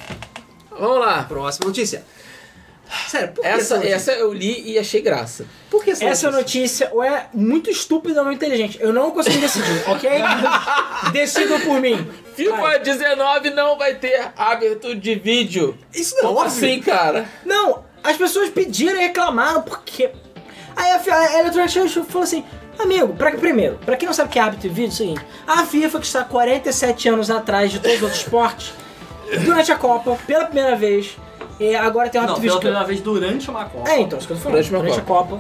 Vamos lá. Próxima notícia. Sério, por que Essa, notícia? essa eu li e achei graça. Por que essa, Essa notícia? notícia ou é muito estúpida ou muito inteligente. Eu não consegui decidir, ok? Decidam por mim. FIFA Vai. dezenove não vai ter árbitro de vídeo. Isso não é Como óbvio. assim, cara? Não, as pessoas pediram e reclamaram porque... Aí a, Fi- a Electronic Arts falou assim, amigo, pra, primeiro, pra quem não sabe o que é árbitro de vídeo, é o seguinte, a FIFA que está quarenta e sete anos atrás de todos os outros esportes, durante a Copa, pela primeira vez, e agora tem um Não, árbitro de pela vídeo... primeira vez durante uma Copa. É, então, isso que eu tô falando. Durante uma Durante a Copa.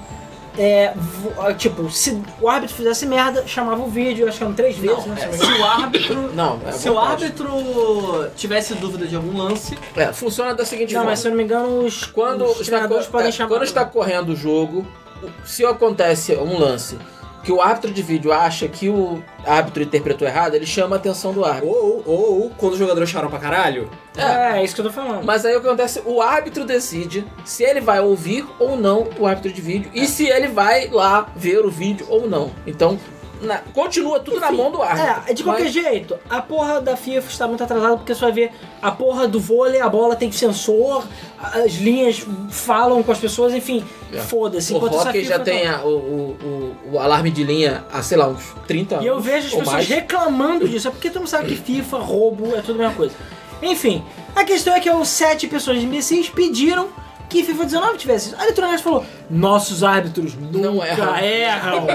É, vo- tipo, se o árbitro fizesse merda, chamava o vídeo, acho que eram três vezes, Não, né? é, se não me engano. se o árbitro... Não, é se o vontade. árbitro tivesse dúvida de algum lance, É, funciona da seguinte Não, forma. mas se eu não me engano, os, Quando, os está, treinadores co- podem é, chamar... quando está correndo o jogo, se acontece um lance que o árbitro de vídeo acha que o árbitro interpretou errado, ele chama a atenção do árbitro. Ou, ou, ou, quando os jogadores choram pra caralho. É, é isso que eu tô falando. Mas aí o que acontece? O árbitro decide se ele vai ouvir ou não o árbitro de vídeo e se ele vai lá ver o vídeo ou não. Então, na- continua tudo na mão do árbitro. É, de qualquer Mas- jeito, a porra da FIFA está muito atrasada porque você vai ver a porra do vôlei, a bola tem sensor, as linhas falam com as pessoas, enfim, É. foda-se. O Enquanto essa hockey FIFA já tá- tem a- o, o, o, o alarme de linha há, sei lá, uns trinta anos. E eu vejo as ou pessoas mais. reclamando disso, é porque tu não sabe que FIFA, roubo, é tudo a mesma coisa. Enfim, a questão é que os sete pessoas imbecis pediram que FIFA dezenove tivesse isso. A Electronic Arts falou, nossos árbitros Não nunca erram." erram.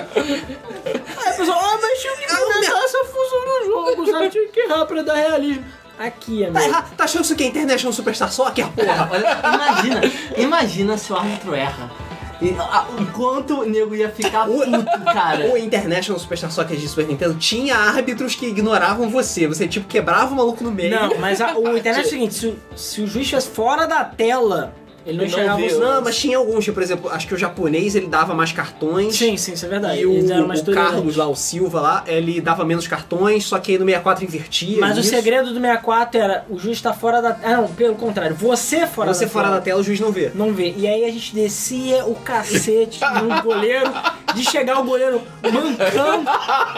Aí a pessoa, ah, mas tinha que implementar essa função no jogo, sabe? Tinha que errar pra dar realismo. Aqui, Tá amigo. errado? Tá achando isso que é International Superstar Soccer, porra? olha, imagina, imagina se o árbitro erra. E, a, o quanto o nego ia ficar puto, cara. O International Superstar Soccer de Super Nintendo tinha árbitros que ignoravam você. Você, tipo, quebrava o maluco no meio. Não, mas a- o internet é o seguinte, se, o- se o juiz estivesse fora da tela, ele não Ele não enxergava viu. os... Não, mas tinha alguns, tipo, por exemplo, acho que o japonês ele dava mais cartões. Sim, sim, isso é verdade. E o, Eles eram mais o Carlos tolerantes. lá, o Silva lá, ele dava menos cartões, só que aí no sessenta e quatro invertia. Mas o isso. segredo do sessenta e quatro era o juiz tá fora da... Ah, não, pelo contrário, você fora Você da fora tela. da tela, o juiz não vê. Não vê. E aí a gente descia o cacete no goleiro, de chegar o goleiro mancando.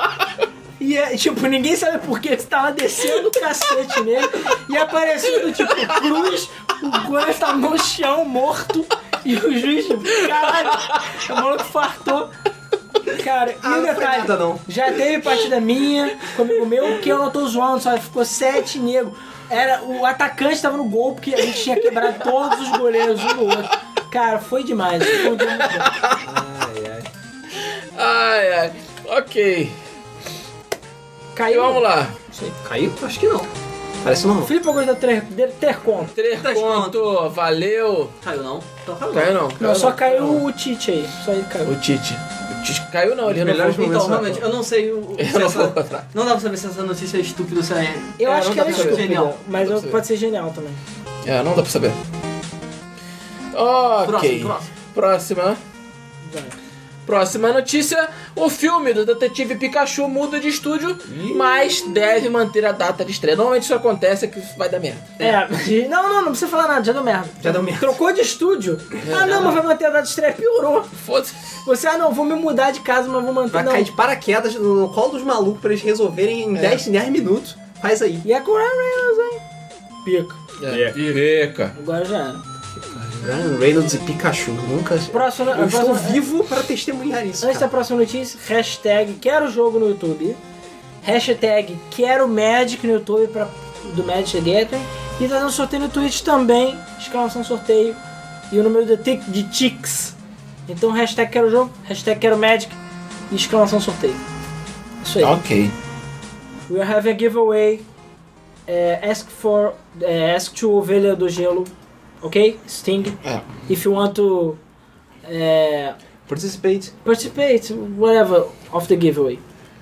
E é, tipo, ninguém sabe por que você tava descendo o cacete nele e aparecendo, tipo, cruz, o goleiro tava no chão, morto, e o juiz, tipo, caralho, o maluco fartou. Cara, e Ah, o não foi detalhe, nada, não. já teve partida minha, comigo meu, que eu não tô zoando, só ficou sete negros. Era, o atacante tava no gol, porque a gente tinha quebrado todos os goleiros um do outro. Cara, foi demais, foi um dia muito bom. Ai, ai. Ai, ai. Ok. Caiu. E vamos lá. Caiu? Acho que não. Parece não. Felipe gosta de ter, de ter conta. Três pontos. Valeu. Caiu não? Então caiu. Caiu não. Não, só caiu o Tite aí. Só ele caiu. O Tite. O Tite caiu não, ele melhores renovou. momentos Então, realmente, eu não sei o, o- se Eu não essa- vou contar. Não dá pra saber se essa notícia é estúpida ou se é... Eu é, acho não que dá ela é pra saber. estúpida, Genial. mas Não dá eu- pra pode ser genial também. É, não dá pra saber. Ok. Próximo, próximo. Próxima. Vai. Próxima notícia: o filme do Detetive Pikachu muda de estúdio, mas deve manter a data de estreia. Normalmente isso acontece, é que isso vai dar merda. É, de- não, não, não precisa falar nada, já deu merda. Já deu merda. Trocou de estúdio. ah, não, mas vai manter a data de estreia, piorou. Foda-se. Você, ah, não, vou me mudar de casa, mas vou manter. Vai não. cair de paraquedas no colo dos malucos pra eles resolverem em É. dez minutos. Faz aí. E é com o Ryan Reynolds, hein? Pica. É. Pica. Agora já era. Ryan Reynolds e Pikachu. Nunca. Próxima, Eu a estou próxima- vivo para testemunhar isso. Antes da cara. próxima notícia, hashtag quero o jogo no YouTube. Hashtag quero Magic no YouTube pra, do Magic the Gathering. E tá dando sorteio no Twitch também. Exclamação sorteio. E o número de, tic, de ticks. Então hashtag quero o jogo, hashtag quero Magic e exclamação sorteio. Isso aí. Ok. We are having a giveaway. É, ask for. É, ask to Ovelha do Gelo. Ok? Sting. É. If you want to É, Participate. participate, whatever, of the giveaway.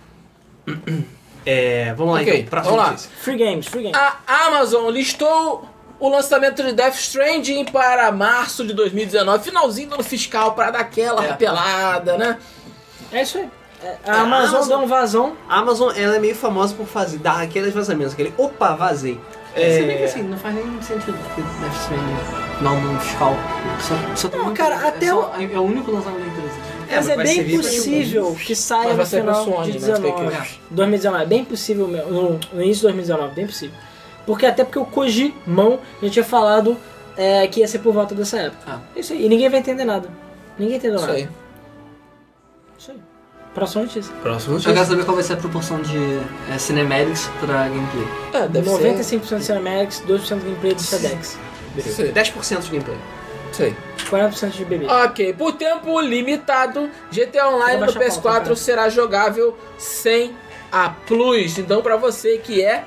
É, vamos lá Ok, então, próxima vamos lá. notícia. Free games, free games. A Amazon listou o lançamento de Death Stranding para março de dois mil e dezenove, finalzinho do ano fiscal, para dar aquela É. rapelada, né? É isso aí. É, a É, a Amazon Amazon- deu um vazão. A Amazon, ela é meio famosa por fazer, dar aqueles vazamentos, aquele, opa, vazei. Você vê que É, assim, não faz nenhum sentido que Death Stranding não no fiscal. Só, só tem Não, um- cara, é até só- é o único lançamento da empresa. É, Mas mas é vai bem servir pra possível que saia Mas no vai sair pra final Sony, de né? Fica dezenove. aqui. dois mil e dezenove, é bem possível mesmo. No, no início de dois mil e dezenove, bem possível. Porque até porque o Kojimão já tinha falado é, que ia ser por volta dessa época. Ah. Isso aí. E ninguém vai entender nada. Ninguém entendeu Isso nada. aí. Isso aí. Próxima notícia. próximo Eu quero saber qual vai ser a proporção de é, cinematics pra gameplay. É, deve noventa e ser. cinco por cento de Cinematics, dois por cento de gameplay de Sedex. Isso aí. dez por cento de gameplay. Isso aí. quarenta por cento de bebê. Ok, por tempo limitado, G T A Online Vou no baixar P S a pauta, quatro cara. será jogável sem a Plus. Então, pra você que é,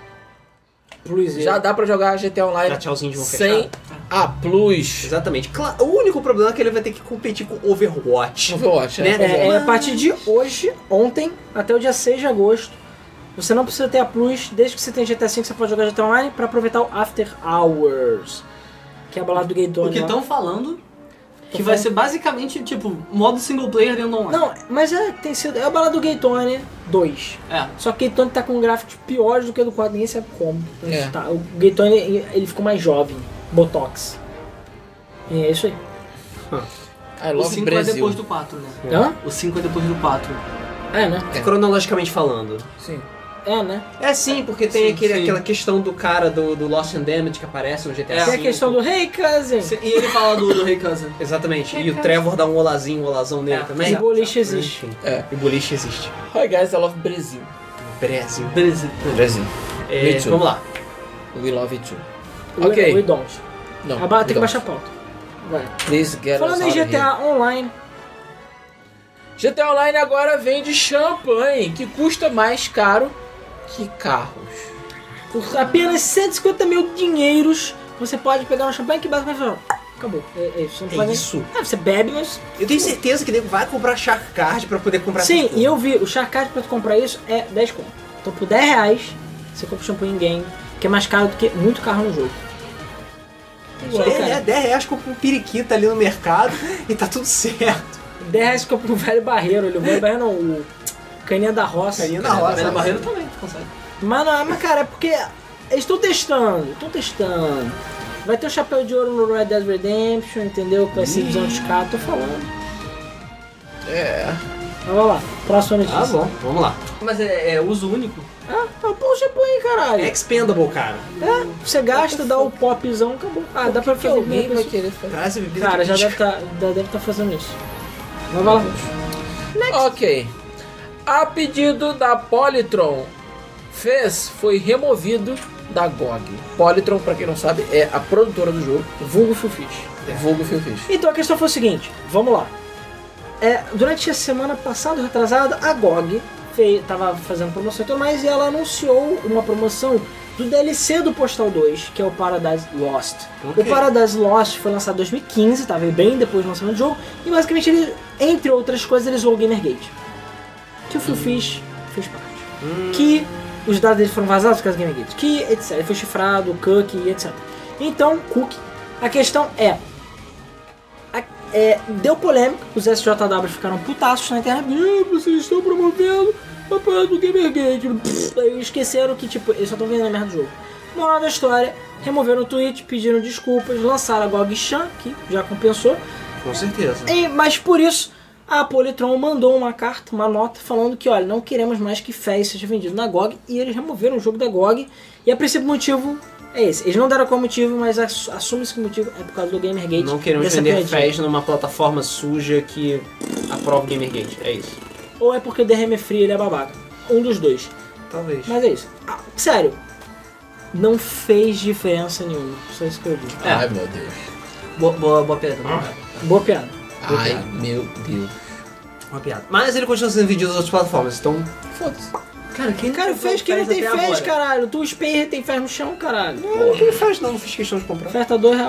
Plus, já dá pra jogar G T A Dá Online tchauzinho de mão sem fechada. a Plus. Exatamente. Cla- O único problema é que ele vai ter que competir com Overwatch. Overwatch, Né? né? É, é, a partir de hoje, ontem, até o dia seis de agosto, você não precisa ter a Plus, desde que você tenha G T A cinco, você pode jogar G T A Online pra aproveitar o After Hours, que é a balada do Gay Tony O que lá. estão falando que Tô vai falando- ser basicamente, tipo, modo single player dentro do online. Não, mas é, tem sido, é a balada do Gay Tony dois. É. Só que o Gay Tony tá com gráficos piores do que o do quatro, ninguém sabe como. É. Tá, o Gay Tony, ele ficou mais jovem, Botox. E é isso aí. I O love cinco é Brasil. depois do quatro, né? Hã? O cinco é depois do quatro. É, né? É. Cronologicamente falando. Sim. É, né? É sim, porque tem Sim, aquele, sim. aquela questão do cara do, do Lost and Damned que aparece no G T A É. Tem cinco. a questão do Hey Cousin. E ele fala do, do Rei Cousin. Exatamente. E o Trevor dá um olazinho, um olazão nele É. também. E boliche existe. Enfim. É. E boliche existe. Hi guys, I love Brasil. Brasil. Beleza. Brasil. É, Me too. vamos lá. We love it too. We- Ok. We don't. Não, Ah, ba- tem que não. baixar a pauta. Vai. Please get Falando us em out G of T A here. Online, G T A Online agora vende champanhe, que custa mais caro que carros. por apenas cento e cinquenta mil dinheiros, você pode pegar um champanhe que basicamente fala, acabou. É, é isso. Você não É pode nem- isso. Ah, você bebe, mas... Eu tenho certeza que nego vai comprar Shark Card pra poder comprar Sim, essas e coisas. eu vi, o Shark Card pra tu comprar isso é dez conto. Então por dez reais, você compra champanhe em game, que é mais caro do que muito carro no jogo. Isso aí, É, cara. é, dez reais compra um periquito ali no mercado e tá tudo certo. dez reais você compra um velho barreiro, ele, o velho barreiro não, o caninha da roça. Caninha da A roça. Bela Barreira também, tu consegue. Mas, não, mas cara, é porque eles estão testando, estão testando. Vai ter o chapéu de ouro no Red Dead Redemption, entendeu? Com esse visão de cara, tô falando. É. Mas vamos lá, próxima notícia. Tá bom, vamos lá. Mas é, é uso único? Ah, tá bom o champanhe, caralho. É expendable, cara. É, você gasta, dá o popzão, acabou. Ah, dá pra Que fazer alguém bem, vai pessoal. querer fazer. Cara, essa bebida Cara, que já pisca. deve tá, já deve estar fazendo isso. Mas vai lá. Ok. A pedido da Polytron, fez, foi removido da G O G. Polytron, pra quem não sabe, é a produtora do jogo. Vulgo Fufish. Vulgo Phil Fish. Então a questão foi o seguinte, vamos lá. É, durante a semana passada, retrasada, a G O G fez, tava fazendo promoção e tudo mais, e ela anunciou uma promoção do D L C do Postal dois, que é o Paradise Lost. Ok. O Paradise Lost foi lançado em dois mil e quinze, tá? Veio bem depois do lançamento do jogo, e basicamente ele, entre outras coisas, ele usou o Gamergate. Que o Phil Fish fez parte. Que os dados dele foram vazados por causa do Gamergate. Que, etcétera. Ele foi chifrado, cookie e etcétera. Então, cookie. A questão é... a- é, deu polêmica, os S J W ficaram putaços na internet. Ah, vocês estão promovendo a parada do Gamergate. Pff, aí esqueceram que, tipo, eles só estão vendendo a merda do jogo. Moral da história, removeram o tweet, pediram desculpas, lançaram a G O G Chan, que já compensou. Com certeza. E- mas por isso, a Polytron mandou uma carta, uma nota, falando que, olha, não queremos mais que F E S seja vendido na G O G, e eles removeram o jogo da G O G, e a princípio o motivo é esse. Eles não deram qual motivo, mas ass- assume-se que o motivo é por causa do Gamergate. Não queremos dessa vender piadinha. F E S numa plataforma suja que aprova o Gamergate. É isso. Ou é porque o D R M é frio e ele é babaca. Um dos dois. Talvez. Mas é isso. Ah, sério, não fez diferença nenhuma. Só isso que eu digo. É. Ai, meu Deus. Boa, boa, boa piada. boa piada. Boa piada. Ai, meu Deus. Uma piada. Mas ele continua sendo vendido nas outras plataformas, então... Foda-se. Cara, quem Cara, fez que não tem até fez, agora? caralho. Tu Spear tem fez no chão, caralho. Não, não fez não, não fiz questão de comprar. Oferta dois real.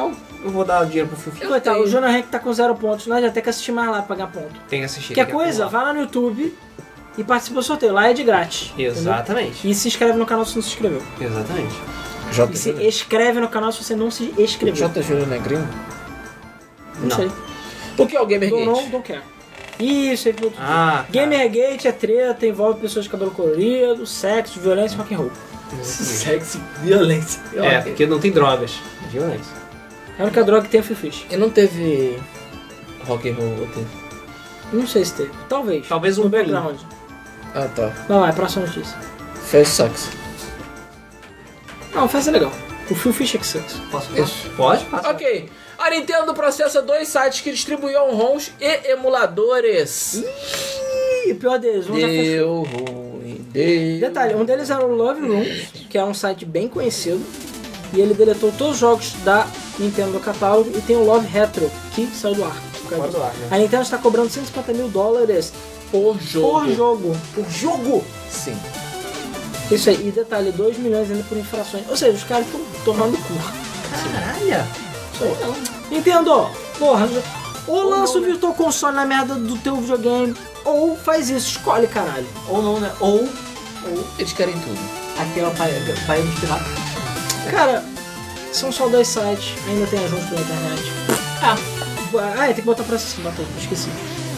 eu vou dar o dinheiro pro Fifi. Coitado, o Jonah Rank tá com zero pontos, nós já tem que assistir mais lá pra pagar ponto. Tem que assistir. Qualquer tem que coisa, acumular. vai lá no YouTube e participa do sorteio. Lá é de grátis. Exatamente. Entendeu? E se inscreve no canal se não se inscreveu. Exatamente. J. E se inscreve no canal se você não se inscreveu. J. Júlio não é gringo? Não, Não. sei. O que é o Don't Gamergate? know, don't care. Isso aí foi outro. Ah, tá. Gamergate é treta, envolve pessoas de cabelo colorido, sexo, violência e rock'n'roll. Sexo, violência. É, porque não tem drogas. É violência. É a única droga que tem é o Fifish. E não teve rock and roll, teve? Não sei se teve. Talvez. Talvez um no pulinho. background. Ah, tá. Não, vai, próxima notícia. Fez sucks. Não, faz é legal. O Phil Fish é que sucks. Posso falar? Isso. Pode? Passa. Ok. A Nintendo processa dois sites que distribuíam ROMs e emuladores. E o pior deles, um já fechou. Deu ruim, deu. Detalhe, um deles era o Love Room, que é um site bem conhecido. E ele deletou todos os jogos da Nintendo do catálogo. E tem o Love Retro, que saiu do ar. por causa Fora do disso. ar, né? A Nintendo está cobrando cento e cinquenta mil dólares Por jogo. por jogo. Por jogo? Sim. Isso aí. E detalhe, dois milhões ainda por infrações. Ou seja, os caras estão tomando cu. Caralho. Isso aí. Nintendo, porra, ou lança o Virtual Console na merda do teu videogame, ou faz isso, escolhe, caralho. Ou não, né? Ou Eles querem tudo. aquela parede de pirata. Cara, são só dois sites, ainda tem ajuste pela internet. Ah, ah, tem que botar processo, bota aí, esqueci.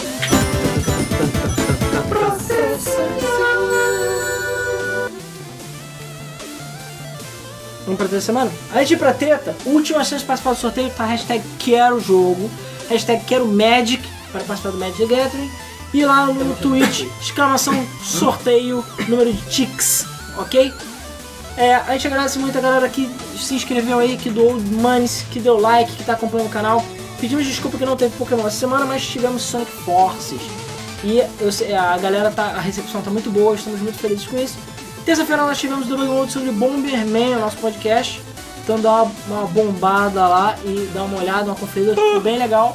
Vamos pra treta da semana? Antes de ir pra treta, última chance de participar do sorteio, tá? Hashtag quero jogo, hashtag quero Magic, para participar do Magic the Gathering. E lá no Twitch, exclamação sorteio, número de ticks, ok? É, a gente agradece muito a galera que se inscreveu aí, que doou manes, que deu like, que tá acompanhando o canal. Pedimos desculpa que não teve Pokémon essa semana, mas tivemos Sonic Forces. E eu sei, a galera tá, a recepção tá muito boa, estamos muito felizes com isso. Terça-feira nós tivemos o Debug sobre Bomberman, o nosso podcast. Então dá uma, uma bombada lá e dá uma olhada, uma conferida, ficou bem legal.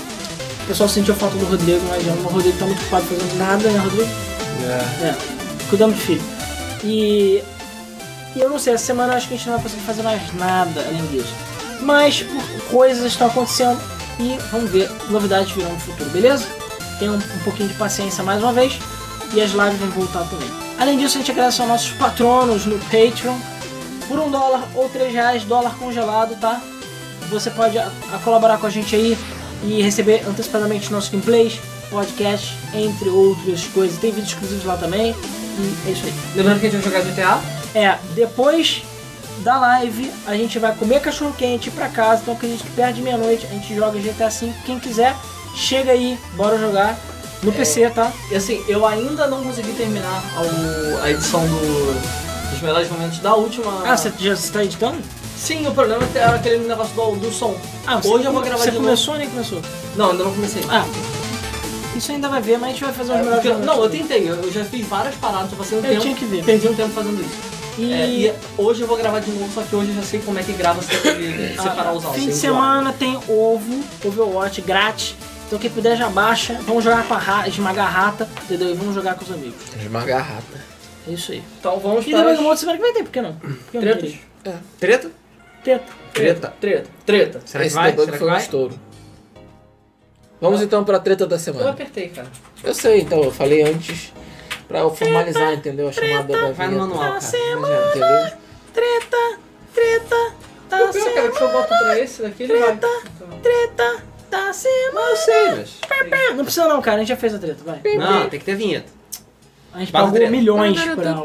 O pessoal sentiu falta do Rodrigo, mas o Rodrigo tá muito ocupado fazendo nada, né, Rodrigo? É. É, cuidando de filho. E, e eu não sei, essa semana eu acho que a gente não vai conseguir fazer mais nada além disso. Mas por- coisas estão acontecendo e vamos ver, novidades virão no futuro, beleza? Tenham um, um pouquinho de paciência mais uma vez e as lives vão voltar também. Além disso, a gente agradece aos nossos patronos no Patreon. Por um dólar ou três reais, dólar congelado, tá? Você pode a, a colaborar com a gente aí e receber antecipadamente nossos gameplays, podcast, entre outras coisas. Tem vídeos exclusivos lá também e é isso aí. Lembrando que a gente vai jogar G T A. É, depois da live a gente vai comer cachorro quente ir pra casa, então acredito que perto de meia-noite a gente joga G T A cinco. Quem quiser, chega aí, bora jogar no P C, tá? E assim, eu ainda não consegui terminar a, a edição do, dos melhores momentos da última. Ah, você já está editando? Sim, o problema era aquele negócio do, do som. Ah, você, Hoje eu vou gravar Você de começou ou nem começou? novo. Não, ainda não comecei. Ah, isso ainda vai ver, mas a gente vai fazer os É, melhores porque- momentos. não, eu tentei, eu, eu já fiz várias paradas, eu passei um Eu tempo. tinha que ver. Perdi um tempo fazendo isso. E, É, e hoje eu vou gravar de novo, só que hoje eu já sei como é que grava sem ele separar os áudios. fim de sem zoar. semana tem ovo, Overwatch grátis. Então quem puder já baixa. Vamos jogar com a rata, esmagar a rata, entendeu? E vamos jogar com os amigos. Esmagar a rata. É isso aí. Então vamos E para depois as um outro semana que vai ter, por que não? Por que não tretas. teria? Treta? Treta. Treta. Treta. Treta. Será que Esse vai? debug Será que foi um vai? estouro. Vamos então pra treta da Eu semana. apertei, cara. Eu sei, então, eu falei antes pra eu formalizar, entendeu? A chamada da Vai no vinheta. manual, cara. Entendeu? Treta, treta, tá O pior, cara, que se eu boto pra esse daqui, ele vai. treta, tá semana. Eu sei, mas... Não precisa não, cara, a gente já fez a treta, vai. Não, tem que ter vinheta. A gente Bota pagou treta. milhões por ela.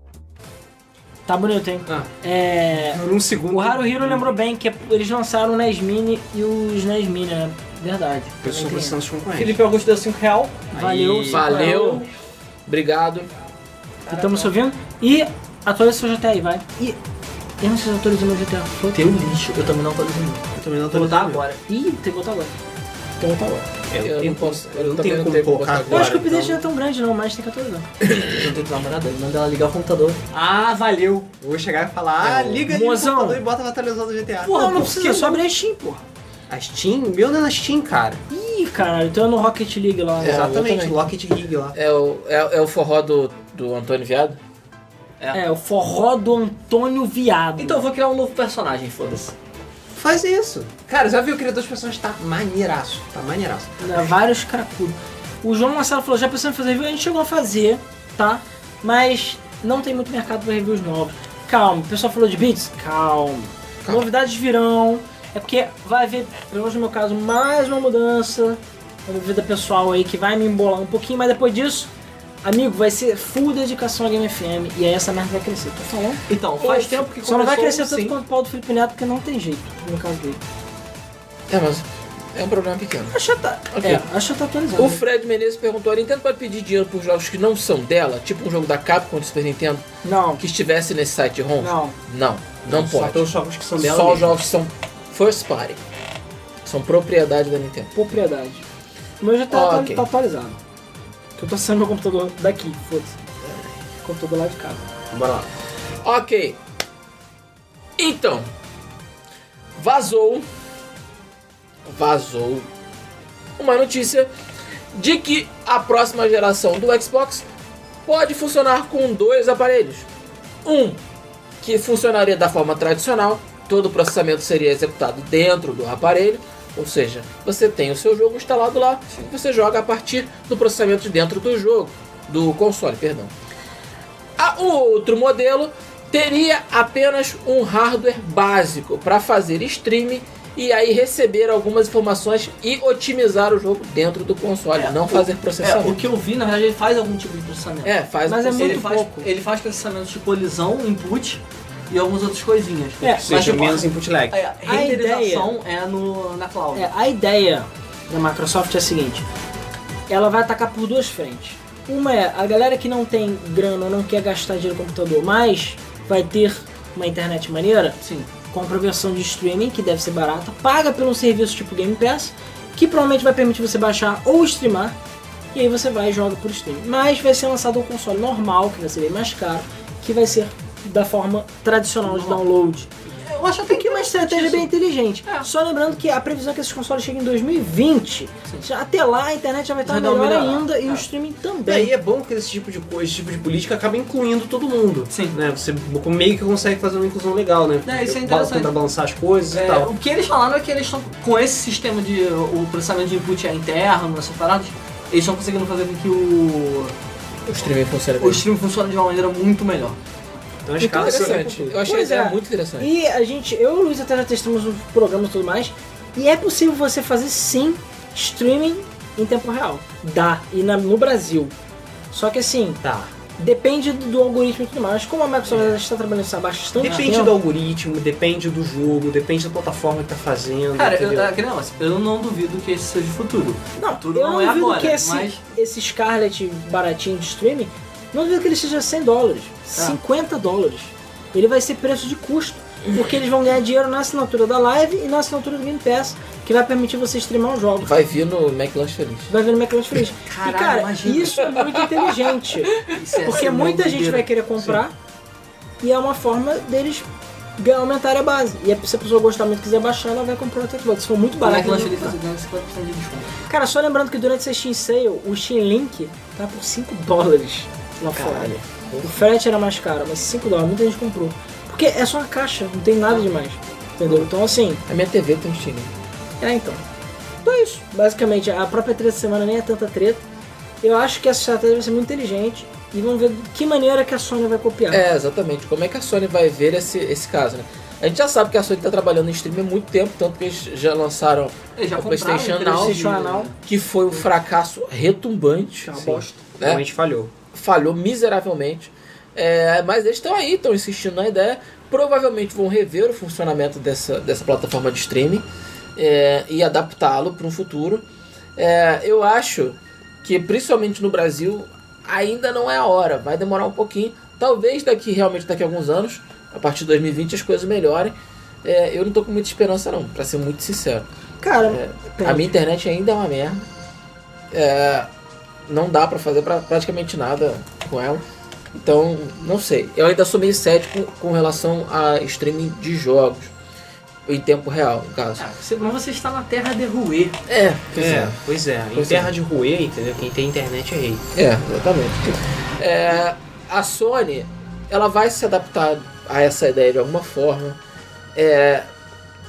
Tá bonito, hein? Ah, É... por um segundo. O Haruhiro lembrou bem que eles lançaram o N E S Mini e os N E S Mini, né? Verdade. Eu estou precisando de concorrência. Felipe Augusto deu cinco real. Valeu, Aí. Valeu. Obrigado. Estamos ouvindo. E atualiza seu G T A aí, vai. E eu não sei se atualizou meu G T A. Foi? Teu lixo, eu também não tô dizendo. Eu também não tô Vou botar dizendo. agora. Ih, tem que botar agora. Tem que botar agora. Eu, Eu tenho não posso- eu eu não também tenho não como tenho como colocar botar Eu agora. acho que o update então- não é tão grande não, mas tem que atualizar. Eu tenho que dar uma olhada, manda ela ligar o computador. Ah, valeu. Eu vou chegar e falar, ah, É, liga aí no mozão. computador e bota a atualização do G T A. Porra, não, por precisa, quê? só abrir a Steam, porra. A Steam? Meu não é na Steam, cara. Ih, caralho, então é no Rocket League lá. É, Exatamente, também. Locket Rig lá. É o, é, é o forró do, do Antônio Viado? É, o forró do Antônio Viado. Então eu vou criar um novo personagem, foda-se. Faz isso. Cara, já viu o criador de personagens? Tá maneiraço. Tá maneiraço. Né, vários cracudos. O João Marcelo falou, já pensando em fazer review, a gente chegou a fazer, tá? Mas não tem muito mercado para reviews novos. Calma, o pessoal falou de beats? Calma. Calma. Novidades virão. É porque vai haver, pelo menos no meu caso, mais uma mudança na vida pessoal aí que vai me embolar um pouquinho, mas depois disso, amigo, vai ser full dedicação à Game F M e aí essa merda vai crescer. Tô falando? Então, faz tempo que Só não vai crescer sim. tanto quanto o pau do Felipe Neto, porque não tem jeito, no caso dele. É, mas é um problema pequeno. Acho que tá, Ok. é, acho que tá atualizado. O Fred Menezes perguntou, a Nintendo pode pedir dinheiro por jogos que não são dela? Tipo um jogo da Capcom do Super Nintendo Não, que estivesse nesse site ROM? não. Não, não Só pode. pelos jogos que são dela Só os mesmo. jogos que são first party. São propriedade da Nintendo. Propriedade. O meu já tá, Ah, tá- ok. tá atualizado. Que eu tô acessando meu computador daqui, foda-se. Computador lá de casa. Bora lá. Ok. Então, vazou, vazou uma notícia de que a próxima geração do Xbox pode funcionar com dois aparelhos. Um que funcionaria da forma tradicional, todo o processamento seria executado dentro do aparelho, ou seja, você tem o seu jogo instalado lá e você joga a partir do processamento de dentro do jogo, do console, perdão. A- O outro modelo teria apenas um hardware básico para fazer streaming e aí receber algumas informações e otimizar o jogo dentro do console, É, não o- fazer É, processamento. o que eu vi, na verdade, ele faz algum tipo de processamento. É, faz Mas o é processamento. muito ele, faz, pouco. ele faz processamento de colisão, input e algumas outras coisinhas. É, Ou seja, tipo, menos input lag. É, a renderização é no, na cloud. É, a ideia da Microsoft é a seguinte: ela vai atacar por duas frentes. Uma é a galera que não tem grana, não quer gastar dinheiro no computador, mas vai ter uma internet maneira, Sim. compra a versão de streaming, que deve ser barata, paga pelo serviço tipo Game Pass, que provavelmente vai permitir você baixar ou streamar, e aí você vai e joga por streaming. Mas vai ser lançado um console normal, que vai ser bem mais caro, que vai ser da forma tradicional de download. Eu acho até Tem que uma estratégia bem inteligente. É. Só lembrando que a previsão é que esses consoles cheguem em dois mil e vinte. Já- Até lá a internet já vai estar Já dá uma melhor melhorada. ainda e É. o streaming E também. aí é bom que esse tipo de coisa, esse tipo de política acaba incluindo todo mundo. Sim. Né? Você meio que consegue fazer uma inclusão legal, né? É, isso é Eu interessante. Tentar balançar as coisas É, e tal. o que eles falaram é que eles estão com esse sistema de o processamento de input é interno, essas paradas, eles estão conseguindo fazer com que o, O streaming funciona o bem. stream funcione de uma maneira muito melhor. Então as Muito caras interessante. Eu achei a Pois ideia é. muito interessante. E a gente, eu e o Luiz até já testamos os programas e tudo mais, e é possível você fazer sim streaming em tempo real. Dá, e na- no Brasil. Só que assim, Tá. depende do, do algoritmo e tudo mais. Como a Microsoft já está trabalhando isso há bastante Depende tempo, do algoritmo, depende do jogo, depende da plataforma que tá fazendo. Cara, eu, entendeu? é aquele negócio, eu não duvido que esse seja o futuro. Não, Tudo eu não não é duvido agora, que esse, mas- esse Scarlet baratinho de streaming, não duvido que ele seja cem dólares, cinquenta dólares. Ele vai ser preço de custo, porque eles vão ganhar dinheiro na assinatura da Live e na assinatura do Game Pass, que vai permitir você streamar os jogos. Vai vir no McLanche Feliz. Vai ver no McLanche Feliz. Caralho, e cara, imagina. isso é muito inteligente, Isso é porque ser uma muita gente doideira. vai querer comprar e é uma forma deles ganhar, aumentar a base. E aí, se a pessoa gostar muito e quiser baixar, ela vai comprar o Xbox. Se for muito Como é barato, que ela lança vai ele comprar. fazendo cinquenta por cento de desconto? Cara, só lembrando que durante esse Steam Sale, o Steam Link tá por cinco dólares lá fora. Caralho. O frete era mais caro, mas cinco dólares, muita gente comprou. Porque é só uma caixa, não tem nada demais. Entendeu? Então assim, A minha T V tem um Steam. é então. Então é isso. Basicamente, a própria treta da semana nem é tanta treta. Eu acho que essa estratégia vai ser muito inteligente. E vamos ver de que maneira que a Sony vai copiar. É, exatamente. Como é que a Sony vai ver esse, esse caso, né? A gente já sabe que a Sony está trabalhando em streaming há muito tempo, tanto que eles já lançaram Eles já o compraram PlayStation o interesse Now, PlayStation Now. que foi um fracasso retumbante, É uma Sim. bosta. né? Realmente falhou. Falhou miseravelmente. É, mas eles estão aí, estão insistindo na ideia. Provavelmente vão rever o funcionamento dessa, dessa plataforma de streaming é, e adaptá-lo para um futuro. É, eu acho que, principalmente no Brasil, ainda não é a hora. Vai demorar um pouquinho. Talvez daqui, realmente daqui a alguns anos, a partir de dois mil e vinte, as coisas melhorem. É, eu não tô com muita esperança não, para ser muito sincero. Cara, É, depende. a minha internet ainda é uma merda. É, não dá pra fazer pra, praticamente nada com ela. Então, não sei. Eu ainda sou meio cético com relação a streaming de jogos. Em tempo real, no caso. Ah, você- mas você está na terra de Rue. É, pois É, é. pois é. Em Pois terra é. de ruê, entendeu? Quem tem internet é rei. É, exatamente. É, a Sony, ela vai se adaptar a essa ideia de alguma forma. É,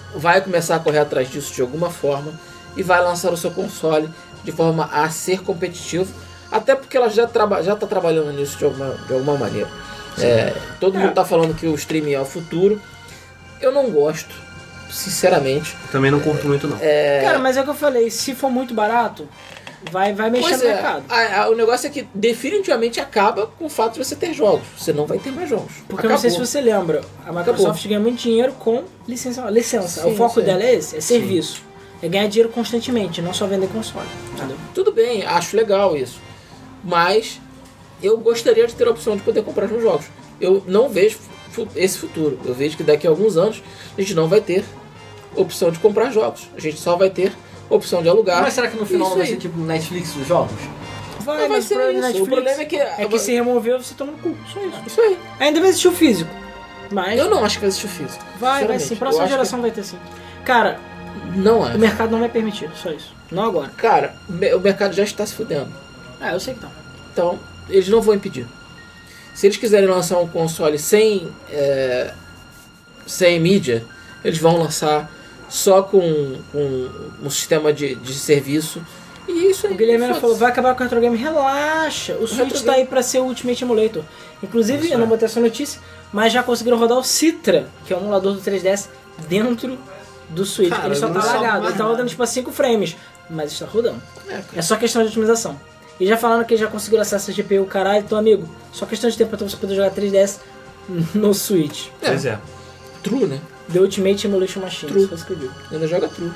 vai começar a correr atrás disso de alguma forma e vai lançar o seu console de forma a ser competitivo, até porque ela já traba, já está trabalhando nisso de alguma, de alguma maneira. É, todo É. mundo está falando que o streaming é o futuro. Eu não gosto, sinceramente. Também não curto muito, não. Cara, mas é o que eu falei, se for muito barato, vai, vai mexer Pois no é, mercado. a- a- o negócio é que definitivamente acaba com o fato de você ter jogos. Você não vai ter mais jogos. Porque eu não sei se Acabou. você lembra, a Microsoft Acabou. ganha muito dinheiro com licença. licença. Sim, o foco sim. dela é esse, é serviço. É ganhar dinheiro constantemente, não só vender console. Entendeu? Tudo bem, acho legal isso. Mas eu gostaria de ter a opção de poder comprar os meus jogos. Eu não vejo fu- esse futuro. Eu vejo que daqui a alguns anos a gente não vai ter opção de comprar jogos. A gente só vai ter opção de alugar. Mas será que no final Isso vai aí. ser tipo Netflix dos jogos? Vai, Não vai mas o ser problema isso. da O Netflix problema é que... é que se remover, você toma no cu. Só isso. Isso aí. Ainda vai existir o físico. Mas Eu não acho que vai existir o físico. vai, vai sinceramente. sim. Eu Próxima acho geração vai ter sim. Cara, que- Não o acho. mercado não vai permitir, só isso. Não agora. Cara, me- o mercado já está se fudendo. Ah, eu sei que não. Então, eles não vão impedir. Se eles quiserem lançar um console sem, é, sem mídia, eles vão lançar só com, com um sistema de, de serviço. E isso aí. O Guilherme foda-se. falou, vai acabar com o Retro Game, relaxa. O Switch Retro tá Game. aí pra ser o Ultimate Emulator. Inclusive, Isso eu não é. botei essa notícia, mas já conseguiram rodar o Citra, que é o emulador do três D S, dentro do Switch. Cara, Ele só tá não só lagado, mais ele tá rodando tipo a cinco frames, mas está rodando. É, cara. É só questão de otimização. E já falaram que já conseguiram acesso a G P U, caralho, então amigo, só questão de tempo pra você poder jogar três D S no Switch. Pois é. True, né? The Ultimate Emulation Machine, True. isso é isso que eu digo. Ainda joga True.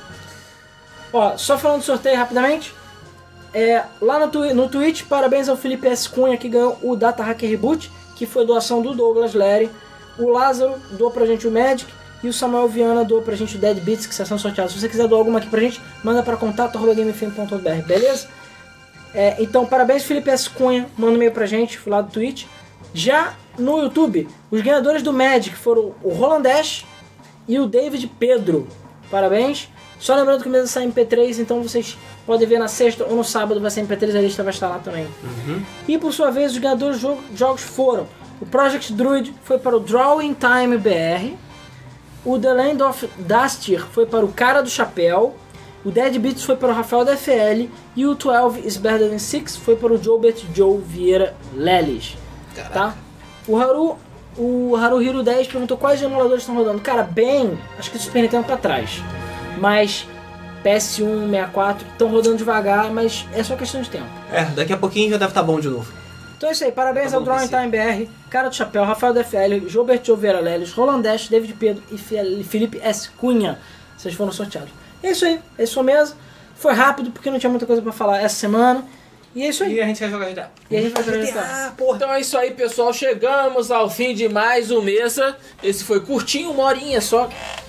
Ó, só falando do sorteio rapidamente. É, lá no, twi no Twitch, parabéns ao Felipe S. Cunha que ganhou o Data Hacker Reboot, que foi doação do Douglas Lery. O Lázaro doou pra gente o Magic e o Samuel Viana doou pra gente o Dead Beats, que são sorteados. Se você quiser doar alguma aqui pra gente, manda pra contato arroba gamefm ponto b r, beleza? É, então, parabéns Felipe S. Cunha, manda um e-mail pra gente lá do Twitch. Já no YouTube, os ganhadores do Magic foram o Roland Dash e o David Pedro. Parabéns. Só lembrando que o mesa sai em P três, então vocês podem ver na sexta ou no sábado, vai ser em P três, a lista vai estar lá também. E por sua vez, os ganhadores dos jogos foram: o Project Druid foi para o Drawing Time B R, o The Land of Dastir foi para o Cara do Chapéu, o Dead Beats foi para o Rafael da F L e o doze is Better Than six foi para o Jobert Joe Vieira Leles. Tá? O Haru, o Haruhiro dez perguntou quais emuladores estão rodando. Cara, bem, acho que do Super Nintendo pra trás. Mas P S um, sessenta e quatro estão rodando devagar, mas é só questão de tempo. É, daqui a pouquinho já deve estar bom de novo. Então é isso aí, parabéns Tá ao bom, Drawing P C. Time B R, Cara do Chapéu, Rafael da F L, Gilbert Oliveira Leles, Roland Dash, David Pedro e Fi- Felipe S. Cunha. Vocês foram sorteados. É isso aí, esse foi mesmo. Foi rápido porque não tinha muita coisa pra falar essa semana. E é isso aí. E a gente quer jogar G T A. E a gente vai jogar G T A. Ah, porra. Então é isso aí, pessoal. Chegamos ao fim de mais um Mesa. Esse foi curtinho, uma horinha só.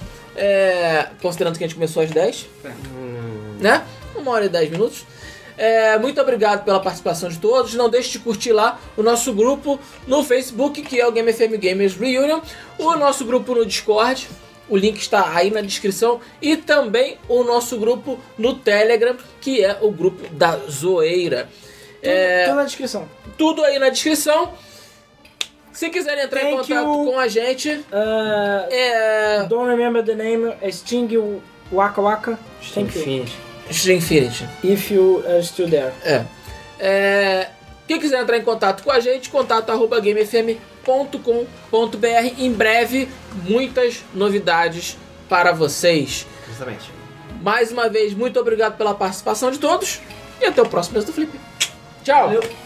É, considerando que a gente começou às dez. Né? Uma hora e dez minutos. É, muito obrigado pela participação de todos. Não deixe de curtir lá o nosso grupo no Facebook, que é o Game F M Gamers Reunion. O nosso grupo no Discord. O link está aí na descrição. E também o nosso grupo no Telegram, que é o grupo da Zoeira. É, Tudo na descrição. tudo aí na descrição. Se quiserem entrar em Thank contato you. com a gente, Uh, é. don't remember the name, Sting Waka Waka. Thank you. Infinity. Stream Infinity. If you are still there. É. É. Quem quiser entrar em contato com a gente, contato arroba gamefm ponto com ponto b r. Em breve, muitas novidades para vocês. Justamente. Mais uma vez, muito obrigado pela participação de todos. E até o próximo mês do Flip. Tchau! Valeu.